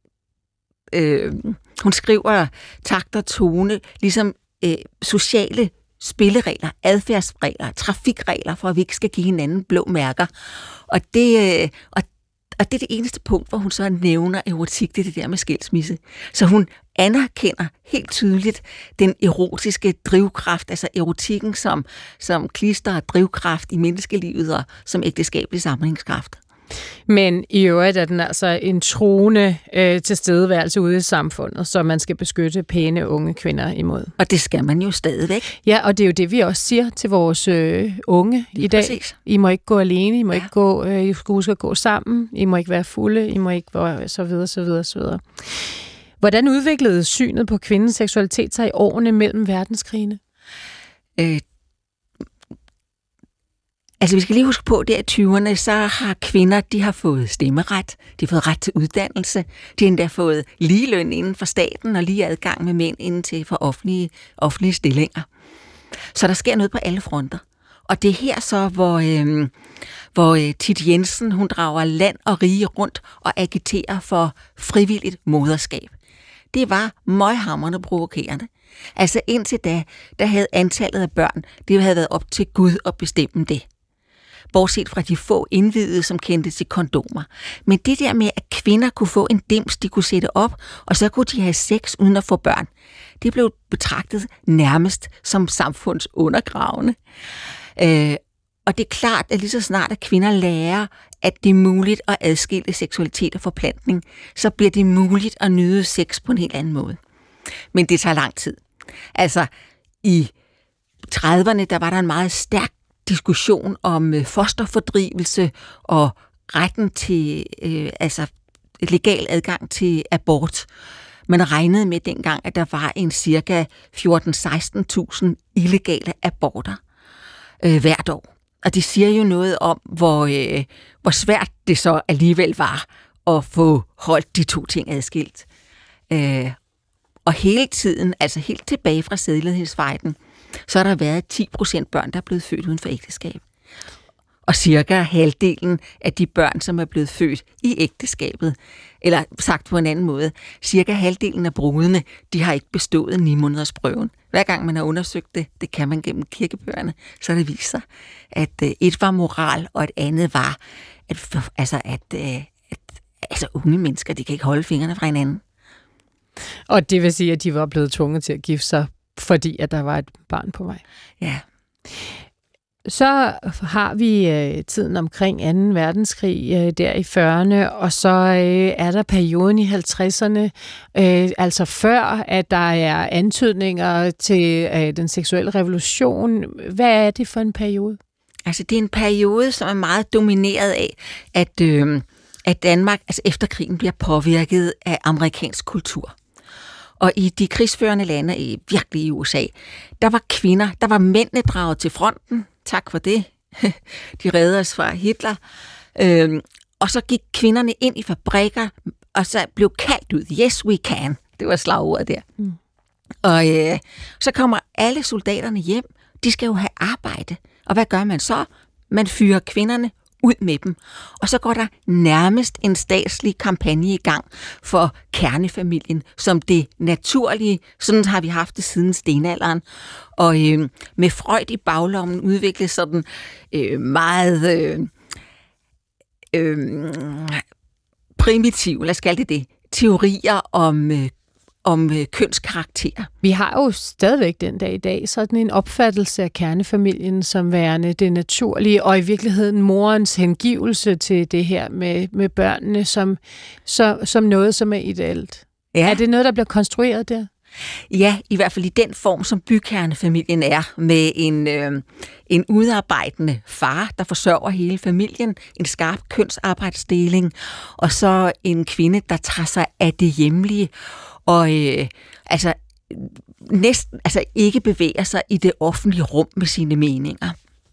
øh, hun skriver takt og tone, ligesom øh, sociale spilleregler, adfærdsregler, trafikregler, for at vi ikke skal give hinanden blå mærker. Og det, og, og det er det eneste punkt, hvor hun så nævner erotik, det er det der med skilsmisse. Så hun anerkender helt tydeligt den erotiske drivkraft, altså erotikken som, som klister og drivkraft i menneskelivet og som ægteskabelig sammenhængskraft. Men i øvrigt er den altså en truende øh, tilstedeværelse ude i samfundet, som man skal beskytte pæne unge kvinder imod. Og det skal man jo stadigvæk. Ja, og det er jo det, vi også siger til vores øh, unge Lige i dag. præcis. I må ikke gå alene, I må Ja. ikke gå, øh, I skal huske at gå sammen, I må ikke være fulde, I må ikke være så videre, så videre, så videre. Hvordan udviklede synet på kvindens seksualitet sig i årene mellem verdenskrigene? Øh, altså vi skal lige huske på, at der i tyverne, så har kvinder, de har fået stemmeret, de har fået ret til uddannelse, de har endda fået ligeløn inden for staten og lige adgang med mænd inden til for offentlige, offentlige stillinger. Så der sker noget på alle fronter. Og det er her så, hvor, øh, hvor øh, Thit Jensen, hun drager land og rige rundt og agiterer for frivilligt moderskab. Det var møghamrende provokerende. Altså indtil da, der havde antallet af børn, det havde været op til Gud at bestemme det. Bortset fra de få indvidede, som kendte til kondomer. Men det der med, at kvinder kunne få en dims, de kunne sætte op, og så kunne de have sex uden at få børn, det blev betragtet nærmest som samfundsundergravende. Øh, og det er klart, at lige så snart at kvinder lærer, at det er muligt at adskille seksualitet og forplantning, så bliver det muligt at nyde sex på en helt anden måde. Men det tager lang tid. Altså, i trediverne, der var der en meget stærk diskussion om fosterfordrivelse og retten til øh, altså legal adgang til abort. Man regnede med dengang, at der var en cirka fjorten til seksten tusind illegale aborter øh, hvert år. Og det siger jo noget om, hvor, øh, hvor svært det så alligevel var at få holdt de to ting adskilt. Øh, og hele tiden, altså helt tilbage fra sædelighedsfejden, så har der været ti procent børn, der er blevet født uden for ægteskab. Og cirka halvdelen af de børn, som er blevet født i ægteskabet, eller sagt på en anden måde, cirka halvdelen af brudene, de har ikke bestået ni måneders prøven. Hver gang man har undersøgt det, det kan man gennem kirkebøgerne, så det viser, at et var moral, og et andet var, at, altså, at, at altså, unge mennesker, de kan ikke holde fingrene fra hinanden. Og det vil sige, at de var blevet tvunget til at gifte sig, fordi at der var et barn på vej. Ja. Så har vi øh, tiden omkring anden verdenskrig øh, der i fyrrerne, og så øh, er der perioden i halvtredserne, øh, altså før, at der er antydninger til øh, den seksuelle revolution. Hvad er det for en periode? Altså det er en periode, som er meget domineret af, at, øh, at Danmark altså efter krigen bliver påvirket af amerikansk kultur. Og i de krigsførende lande, i, virkelig i U S A, der var kvinder, der var mændene draget til fronten. Tak for det. De reddede os fra Hitler. Øhm, og så gik kvinderne ind i fabrikker, og så blev kaldt ud. Yes, we can. Det var slagordet der. Mm. Og øh, så kommer alle soldaterne hjem. De skal jo have arbejde. Og hvad gør man så? Man fyrer kvinderne ud med dem. Og så går der nærmest en statslig kampagne i gang for kernefamilien, som det naturlige. Sådan har vi haft det siden stenalderen. Og øh, med Freud i baglommen udvikles sådan øh, meget øh, øh, primitive, lad os kalde det det, teorier om øh, om øh, kønskarakter. Vi har jo stadigvæk den dag i dag sådan en opfattelse af kernefamilien som værende det naturlige, og i virkeligheden morens hengivelse til det her med, med børnene som, så, som noget, som er ideelt. Ja. Er det noget, der bliver konstrueret der? Ja, i hvert fald i den form, som bykernefamilien er, med en, øh, en udarbejdende far, der forsørger hele familien, en skarp kønsarbejdsdeling, og så en kvinde, der tager sig af det hjemlige, og øh, altså næsten altså ikke bevæger sig i det offentlige rum med sine meninger.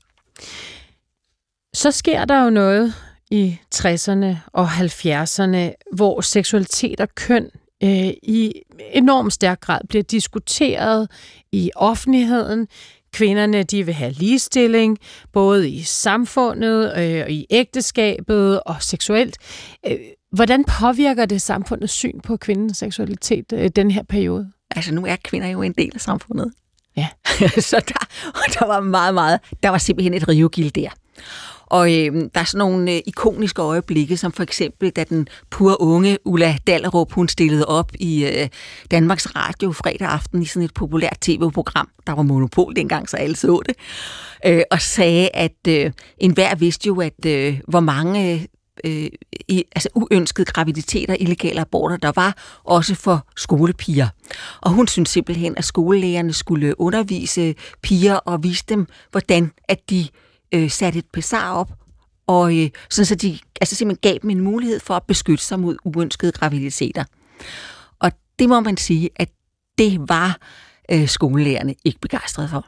Så sker der jo noget i tresserne og halvfjerdserne, hvor seksualitet og køn øh, i enorm stærk grad bliver diskuteret i offentligheden. Kvinderne, de vil have ligestilling, både i samfundet, øh, i ægteskabet og seksuelt. Øh, Hvordan påvirker det samfundets syn på kvindens seksualitet øh, den her periode? Altså nu er kvinder jo en del af samfundet. Ja. Så der, der var meget, meget, der var simpelthen et rivegild der. Og øh, der er sådan nogle øh, ikoniske øjeblikke, som for eksempel, da den pure unge Ulla Dallerup, hun stillede op i øh, Danmarks Radio fredag aften i sådan et populært tv-program. Der var monopol dengang, så alle så det. Øh, og sagde, at øh, enhver vidste jo, at øh, hvor mange øh, i, altså uønskede graviditeter, illegale aborter, der var også for skolepiger. Og hun synes simpelthen, at skolelægerne skulle undervise piger og vise dem, hvordan at de øh, satte et pessar op, og øh, sådan så de altså simpelthen gav dem en mulighed for at beskytte sig mod uønskede graviditeter. Og det må man sige, at det var øh, skolelærerne ikke begejstrede for.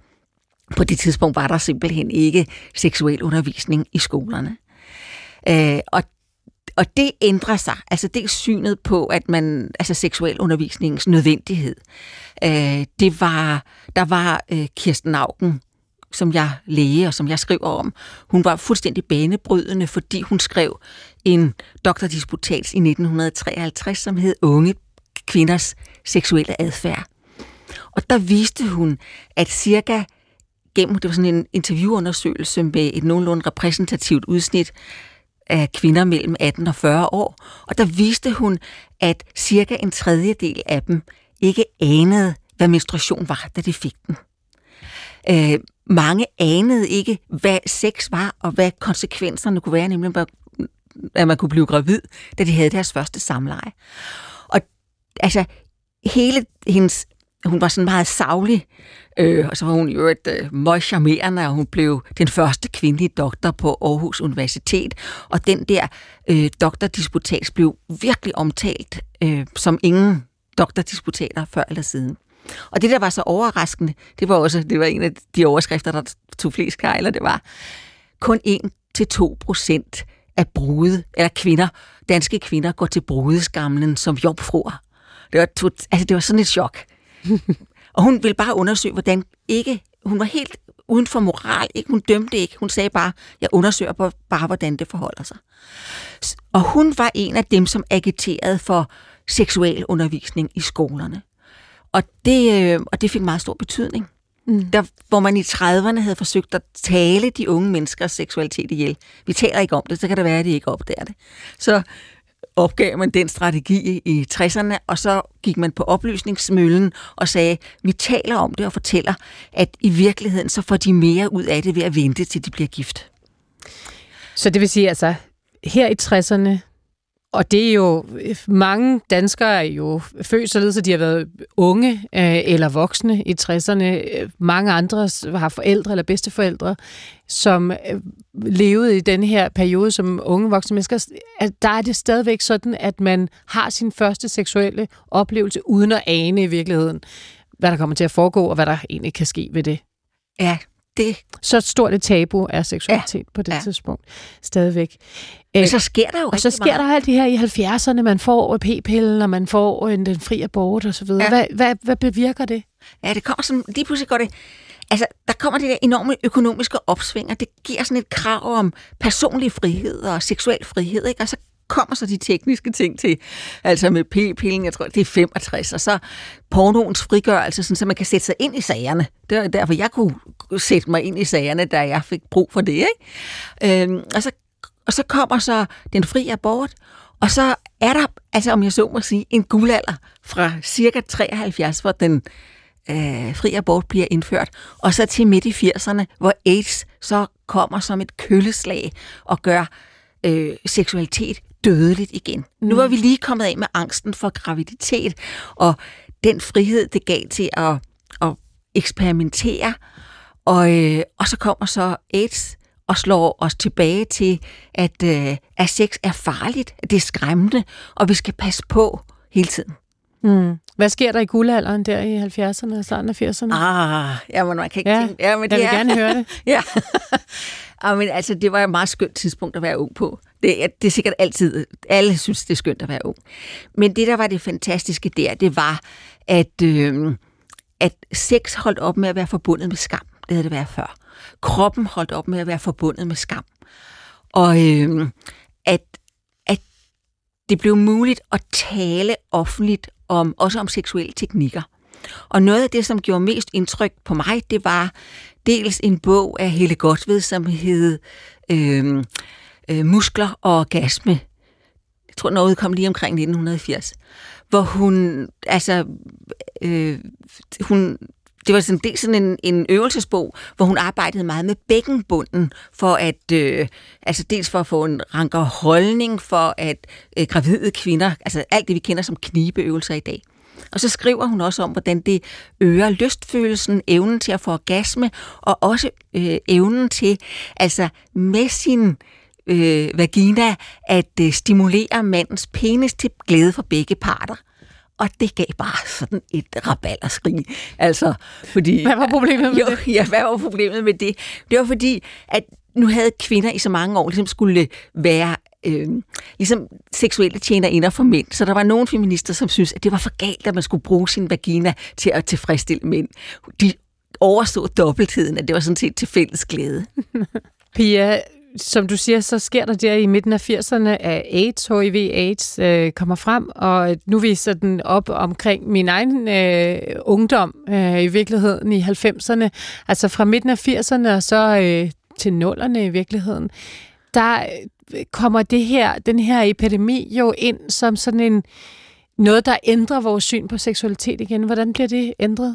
På det tidspunkt var der simpelthen ikke seksuel undervisning i skolerne. Øh, og, og det ændrer sig. Altså det synet på, at man, altså seksuel undervisningens nødvendighed. Øh, det var, der var øh, Kirsten Auken, som jeg læge og som jeg skriver om. Hun var fuldstændig banebrydende, fordi hun skrev en doktordisputats i nitten treoghalvtreds, som hed Unge kvinders seksuelle adfærd. Og der viste hun, at cirka gennem, det var sådan en interviewundersøgelse med et nogenlunde repræsentativt udsnit af kvinder mellem atten og fyrre år, og der viste hun, at cirka en tredjedel af dem ikke anede, hvad menstruation var, da de fik den. Øh, mange anede ikke, hvad sex var, og hvad konsekvenserne kunne være, nemlig at man kunne blive gravid, da de havde deres første samleje. Og altså, hele hendes, hun var sådan meget saglig, øh, og så var hun jo et øh, meget charmerende, og hun blev den første kvindelige doktor på Aarhus Universitet, og den der øh, doktordisputats blev virkelig omtalt øh, som ingen doktordisputater før eller siden. Og det, der var så overraskende, det var også det var en af de overskrifter, der tog flest kejler, det var kun en til to procent af brude, eller kvinder, danske kvinder går til brudeskamlen som jomfruer. Det var, to, altså det var sådan et chok. Og hun ville bare undersøge, hvordan ikke, hun var helt uden for moral, ikke, hun dømte ikke, hun sagde bare, jeg undersøger bare, hvordan det forholder sig. Og hun var en af dem, som agiterede for seksuel undervisning i skolerne. Og det, og det fik meget stor betydning. Mm. Der, hvor man i trediverne havde forsøgt at tale de unge menneskers seksualitet ihjel. Vi taler ikke om det, så kan det være, at de ikke opdager det. Så opgav man den strategi i tresserne, og så gik man på oplysningsmøllen og sagde, vi taler om det og fortæller, at i virkeligheden så får de mere ud af det ved at vente, til de bliver gift. Så det vil sige, altså, her i tresserne, og det er jo, mange danskere er jo født således, at de har været unge øh, eller voksne i tresserne. Mange andre har forældre eller bedsteforældre, som øh, levede i den her periode som unge voksne mennesker. Der er det stadigvæk sådan, at man har sin første seksuelle oplevelse uden at ane i virkeligheden, hvad der kommer til at foregå, og hvad der egentlig kan ske ved det. Ja, det... Så stort et tabu er seksualitet ja. på det ja. tidspunkt. Stadigvæk. Men så sker der jo Og så sker meget. der alt det her i halvfjerdserne, man får p-pillen, og man får en, den fri abort og så videre. Ja. Hvad, hvad, hvad bevirker det? Ja, det kommer sådan, lige pludselig går det, altså der kommer det der enorme økonomiske opsving, og det giver sådan et krav om personlig frihed og seksuel frihed, ikke? Og så kommer så de tekniske ting til, altså med p-pillen, jeg tror, det er femogtres, og så pornoens frigørelse, sådan, så man kan sætte sig ind i sagerne. Det var derfor, jeg kunne sætte mig ind i sagerne, da jeg fik brug for det, ikke? Øhm, og, så, og så kommer så den fri abort, og så er der, altså om jeg så må sige, en guldalder fra cirka treoghalvfjerds, hvor den øh, fri abort bliver indført, og så til midt i firserne, hvor AIDS så kommer som et køleslag og gør øh, seksualitet dødeligt igen. Mm. Nu var vi lige kommet af med angsten for graviditet, og den frihed, det gav til at, at eksperimentere, og, øh, og så kommer så AIDS og slår os tilbage til, at, øh, at sex er farligt, at det er skræmmende, og vi skal passe på hele tiden. Mm. Hvad sker der i guldalderen der i halvfjerdserne og starten af firserne? Ah, jamen, man kan ikke ja, tænke... Ja, men jeg vil er... gerne høre det. ja. ah, men altså, det var et meget skønt tidspunkt at være ung på. Det, det er sikkert altid... Alle synes, det er skønt at være ung. Men det, der var det fantastiske der, det var, at, øh, at sex holdt op med at være forbundet med skam. Det havde det været før. Kroppen holdt op med at være forbundet med skam. Og øh, at, at det blev muligt at tale offentligt om, også om seksuelle teknikker. Og noget af det, som gjorde mest indtryk på mig, det var dels en bog af Helle Godtved, som hed øh, øh, Muskler og orgasme. Jeg tror, noget kom lige omkring nitten firs. Hvor hun, altså, øh, hun, det var sådan, det sådan en, en øvelsesbog, hvor hun arbejdede meget med bækkenbunden, for at, øh, altså dels for at få en rankere holdning, for at øh, gravide kvinder, altså alt det, vi kender som knibeøvelser i dag. Og så skriver hun også om, hvordan det øger lystfølelsen, evnen til at få orgasme, og også øh, evnen til, altså med sin øh, vagina, at øh, stimulere mandens penis til glæde for begge parter. Og det gav bare sådan et rabalderskrig. Altså, fordi... Hvad var problemet med jo, det? Ja, hvad var problemet med det? Det var fordi, at nu havde kvinder i så mange år ligesom skulle være øh, ligesom seksuelle tjenerinder for mænd. Så der var nogle feminister, som syntes, at det var for galt, at man skulle bruge sin vagina til at tilfredsstille mænd. De overstod dobbeltheden, at det var sådan set til fælles glæde. Pia, som du siger, så sker der der i midten af firserne, at AIDS, H I V AIDS øh, kommer frem, og nu viser den op omkring min egen øh, ungdom øh, i virkeligheden i halvfemserne. Altså fra midten af firserne og så øh, til nullerne i virkeligheden. Der kommer det her, den her epidemi jo ind som sådan en noget, der ændrer vores syn på seksualitet igen. Hvordan bliver det ændret?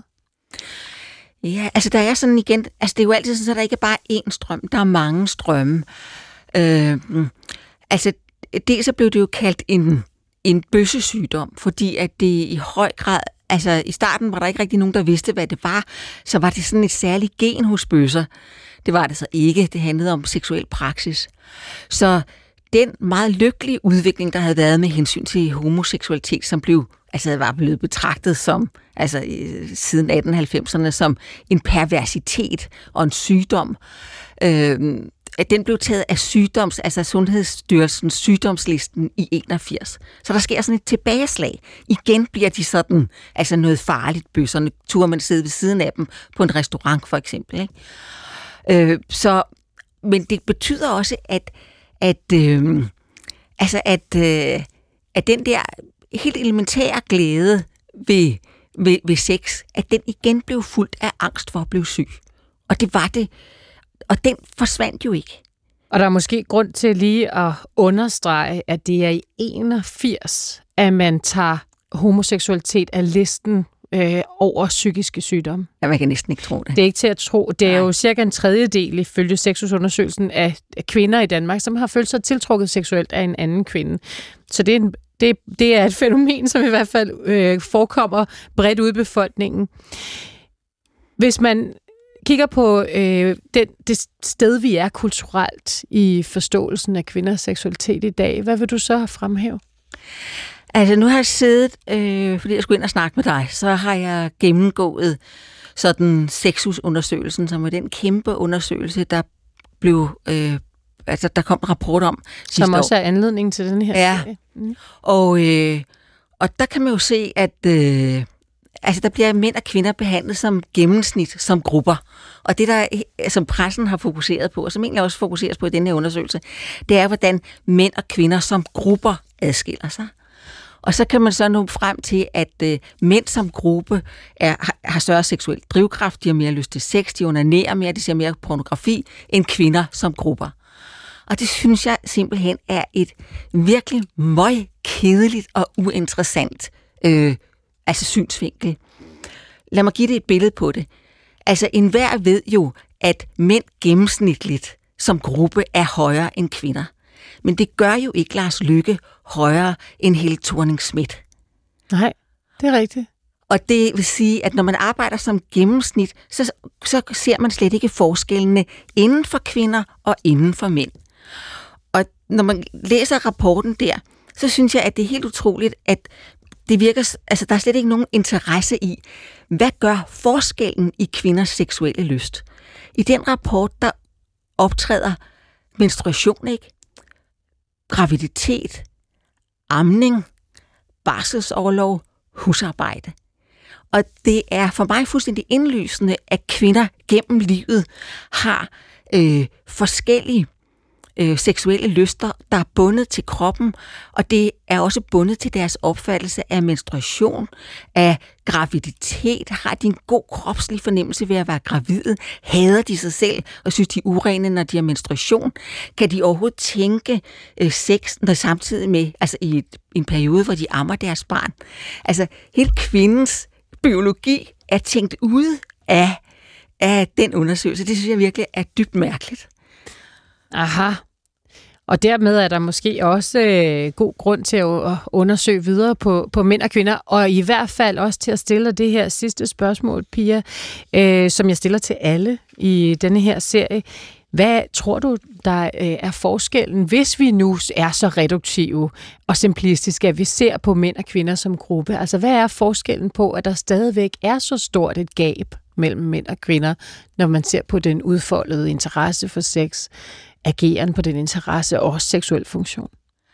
Ja, altså der er sådan igen, altså det er jo altid sådan, at der ikke er bare én strøm, der er mange strømme. Øh, altså dels så blev det jo kaldt en, en bøssesygdom, fordi at det i høj grad, altså i starten var der ikke rigtig nogen, der vidste, hvad det var, så var det sådan et særligt gen hos bøsser. Det var det så ikke, det handlede om seksuel praksis. Så den meget lykkelige udvikling, der havde været med hensyn til homoseksualitet, som blev, altså var blevet betragtet som, altså siden atten halvfemserne, som en perversitet og en sygdom, øh, at den blev taget af sygdoms, altså Sundhedsstyrelsens sygdomslisten i enogfirs. Så der sker sådan et tilbageslag. Igen bliver de sådan, altså noget farligt bøsserne. Turde man sidde ved siden af dem på en restaurant for eksempel, ikke? Øh, så, men det betyder også, at at, øh, altså at, øh, at den der helt elementære glæde ved, ved, ved sex, at den igen blev fuldt af angst for at blive syg. Og det var det. Og den forsvandt jo ikke. Og der er måske grund til lige at understrege, at det er i enogfirs, at man tager homoseksualitet af listen øh, over psykiske sygdomme. Ja, man kan næsten ikke tro det. Det er ikke til at tro. Det er Nej. jo cirka en tredjedel ifølge Sexusundersøgelsen af kvinder i Danmark, som har følt sig tiltrukket seksuelt af en anden kvinde. Så det er, en, det, det er et fænomen, som i hvert fald øh, forekommer bredt ude i befolkningen. Hvis man kigger på øh, den, det sted, vi er kulturelt i forståelsen af kvinders seksualitet i dag, hvad vil du så fremhæve? Altså nu har jeg siddet, øh, fordi jeg skulle ind og snakke med dig, så har jeg gennemgået sådan Sexusundersøgelsen, som er den kæmpe undersøgelse, der blev, øh, altså der kom en rapport om sidste Som også år. er anledning til den her Ja. serie. Mm. Og, øh, og der kan man jo se, at øh, altså, der bliver mænd og kvinder behandlet som gennemsnit, som grupper. Og det, der som pressen har fokuseret på, og som egentlig også fokuseres på i den her undersøgelse, det er, hvordan mænd og kvinder som grupper adskiller sig. Og så kan man så nå frem til, at øh, mænd som gruppe er, har, har større seksuel drivkraft, de har mere lyst til sex, de onanerer mere, de ser mere pornografi, end kvinder som grupper. Og det synes jeg simpelthen er et virkelig møg kedeligt og uinteressant øh, altså synsvinkel. Lad mig give det et billede på det. Altså enhver ved jo, at mænd gennemsnitligt som gruppe er højere end kvinder. Men det gør jo ikke Lars Løkke højere end Helle Thorning-Schmidt. Nej, det er rigtigt. Og det vil sige, at når man arbejder som gennemsnit, så, så ser man slet ikke forskellene inden for kvinder og inden for mænd. Og når man læser rapporten der, så synes jeg, at det er helt utroligt, at det virker, altså der er slet ikke nogen interesse i, hvad gør forskellen i kvinders seksuelle lyst. I den rapport, der optræder menstruation ikke, graviditet, amning, barselsorlov, husarbejde. Og det er for mig fuldstændig indlysende, at kvinder gennem livet har øh, forskellige øh, seksuelle lyster, der er bundet til kroppen, og det er også bundet til deres opfattelse af menstruation, af graviditet. Har de en god kropslig fornemmelse ved at være gravide? Hader de sig selv og synes, de er urene, når de har menstruation? Kan de overhovedet tænke øh, sex når samtidig med, altså i et, en periode, hvor de ammer deres barn? Altså hele kvindens biologi er tænkt ude af, af den undersøgelse. Det synes jeg virkelig er dybt mærkeligt. Aha. Og dermed er der måske også øh, god grund til at undersøge videre på, på mænd og kvinder, og i hvert fald også til at stille det her sidste spørgsmål, Pia, øh, som jeg stiller til alle i denne her serie. Hvad tror du, der øh, er forskellen, hvis vi nu er så reduktive og simplistiske, at vi ser på mænd og kvinder som gruppe? Altså, hvad er forskellen på, at der stadigvæk er så stort et gab mellem mænd og kvinder, når man ser på den udfoldede interesse for sex, ageren på den interesse og også seksuel funktion?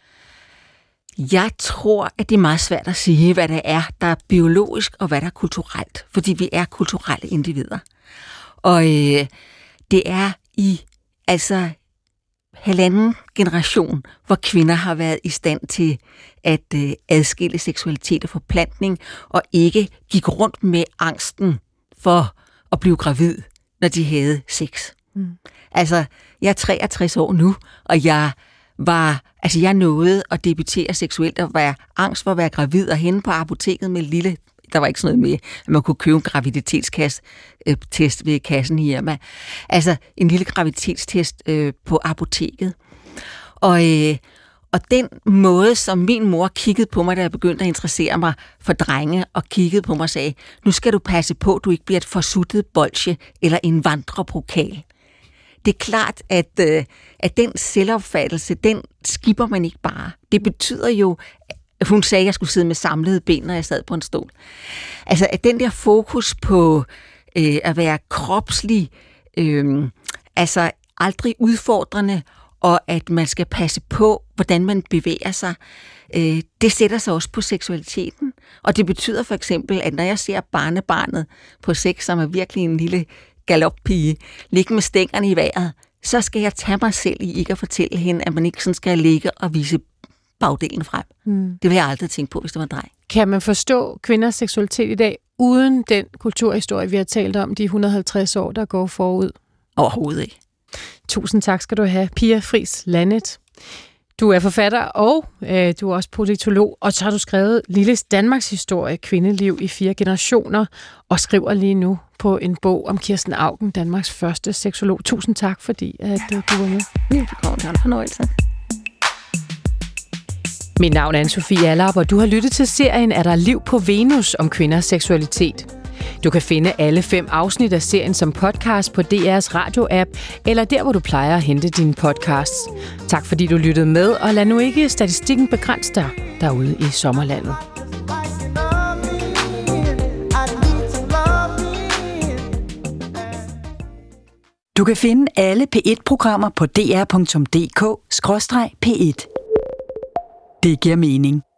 Jeg tror, at det er meget svært at sige, hvad det er, der er biologisk og hvad der er kulturelt, fordi vi er kulturelle individer. Og øh, det er i altså halvanden generation, hvor kvinder har været i stand til at øh, adskille seksualitet og forplantning, og ikke gik rundt med angsten for at blive gravid, når de havde sex. Mm. Altså, jeg er treogtres år nu, og jeg var, altså jeg nåede at debutere seksuelt og være angst for at være gravid og henne på apoteket med lille, der var ikke sådan noget med, at man kunne købe en graviditetstest øh, test ved kassen i Irma. Altså en lille graviditetstest øh, på apoteket. Og, øh, og den måde, som min mor kiggede på mig, da jeg begyndte at interessere mig for drenge, og kiggede på mig og sagde, nu skal du passe på, at du ikke bliver et forsuttet bolsje eller en vandrepokal. Det er klart, at, øh, at den selvopfattelse, den skipper man ikke bare. Det betyder jo, hun sagde, at jeg skulle sidde med samlede ben, når jeg sad på en stol. Altså, at den der fokus på øh, at være kropslig, øh, altså aldrig udfordrende, og at man skal passe på, hvordan man bevæger sig, øh, det sætter sig også på seksualiteten. Og det betyder for eksempel, at når jeg ser barnebarnet på seks, som er virkelig en lille galoppige, ligge med stængerne i vejret, så skal jeg tage mig selv i ikke at fortælle hende, at man ikke sådan skal ligge og vise bagdelen frem. Mm. Det vil jeg aldrig tænke på, hvis det var en dreng. Kan man forstå kvinders seksualitet i dag, uden den kulturhistorie, vi har talt om, de et hundrede og halvtreds år, der går forud? Overhovedet ikke. Tusind tak skal du have, Pia Fris Laneth. Du er forfatter, og øh, du er også politolog, og så har du skrevet Lilles Danmarks historie, kvindeliv i fire generationer, og skriver lige nu på en bog om Kirsten Auken, Danmarks første seksolog. Tusind tak, fordi at, øh, du var med. Velbekomme, det var en fornøjelse. Mit navn er Anne-Sophie Allerup, og du har lyttet til serien Er der liv på Venus om kvinders seksualitet. Du kan finde alle fem afsnit af serien som podcast på D R's radio-app, eller der, hvor du plejer at hente dine podcasts. Tak fordi du lyttede med, og lad nu ikke statistikken begrænse dig derude i sommerlandet. Du kan finde alle P et-programmer på d r punktum d k skråstreg p et. Det giver mening.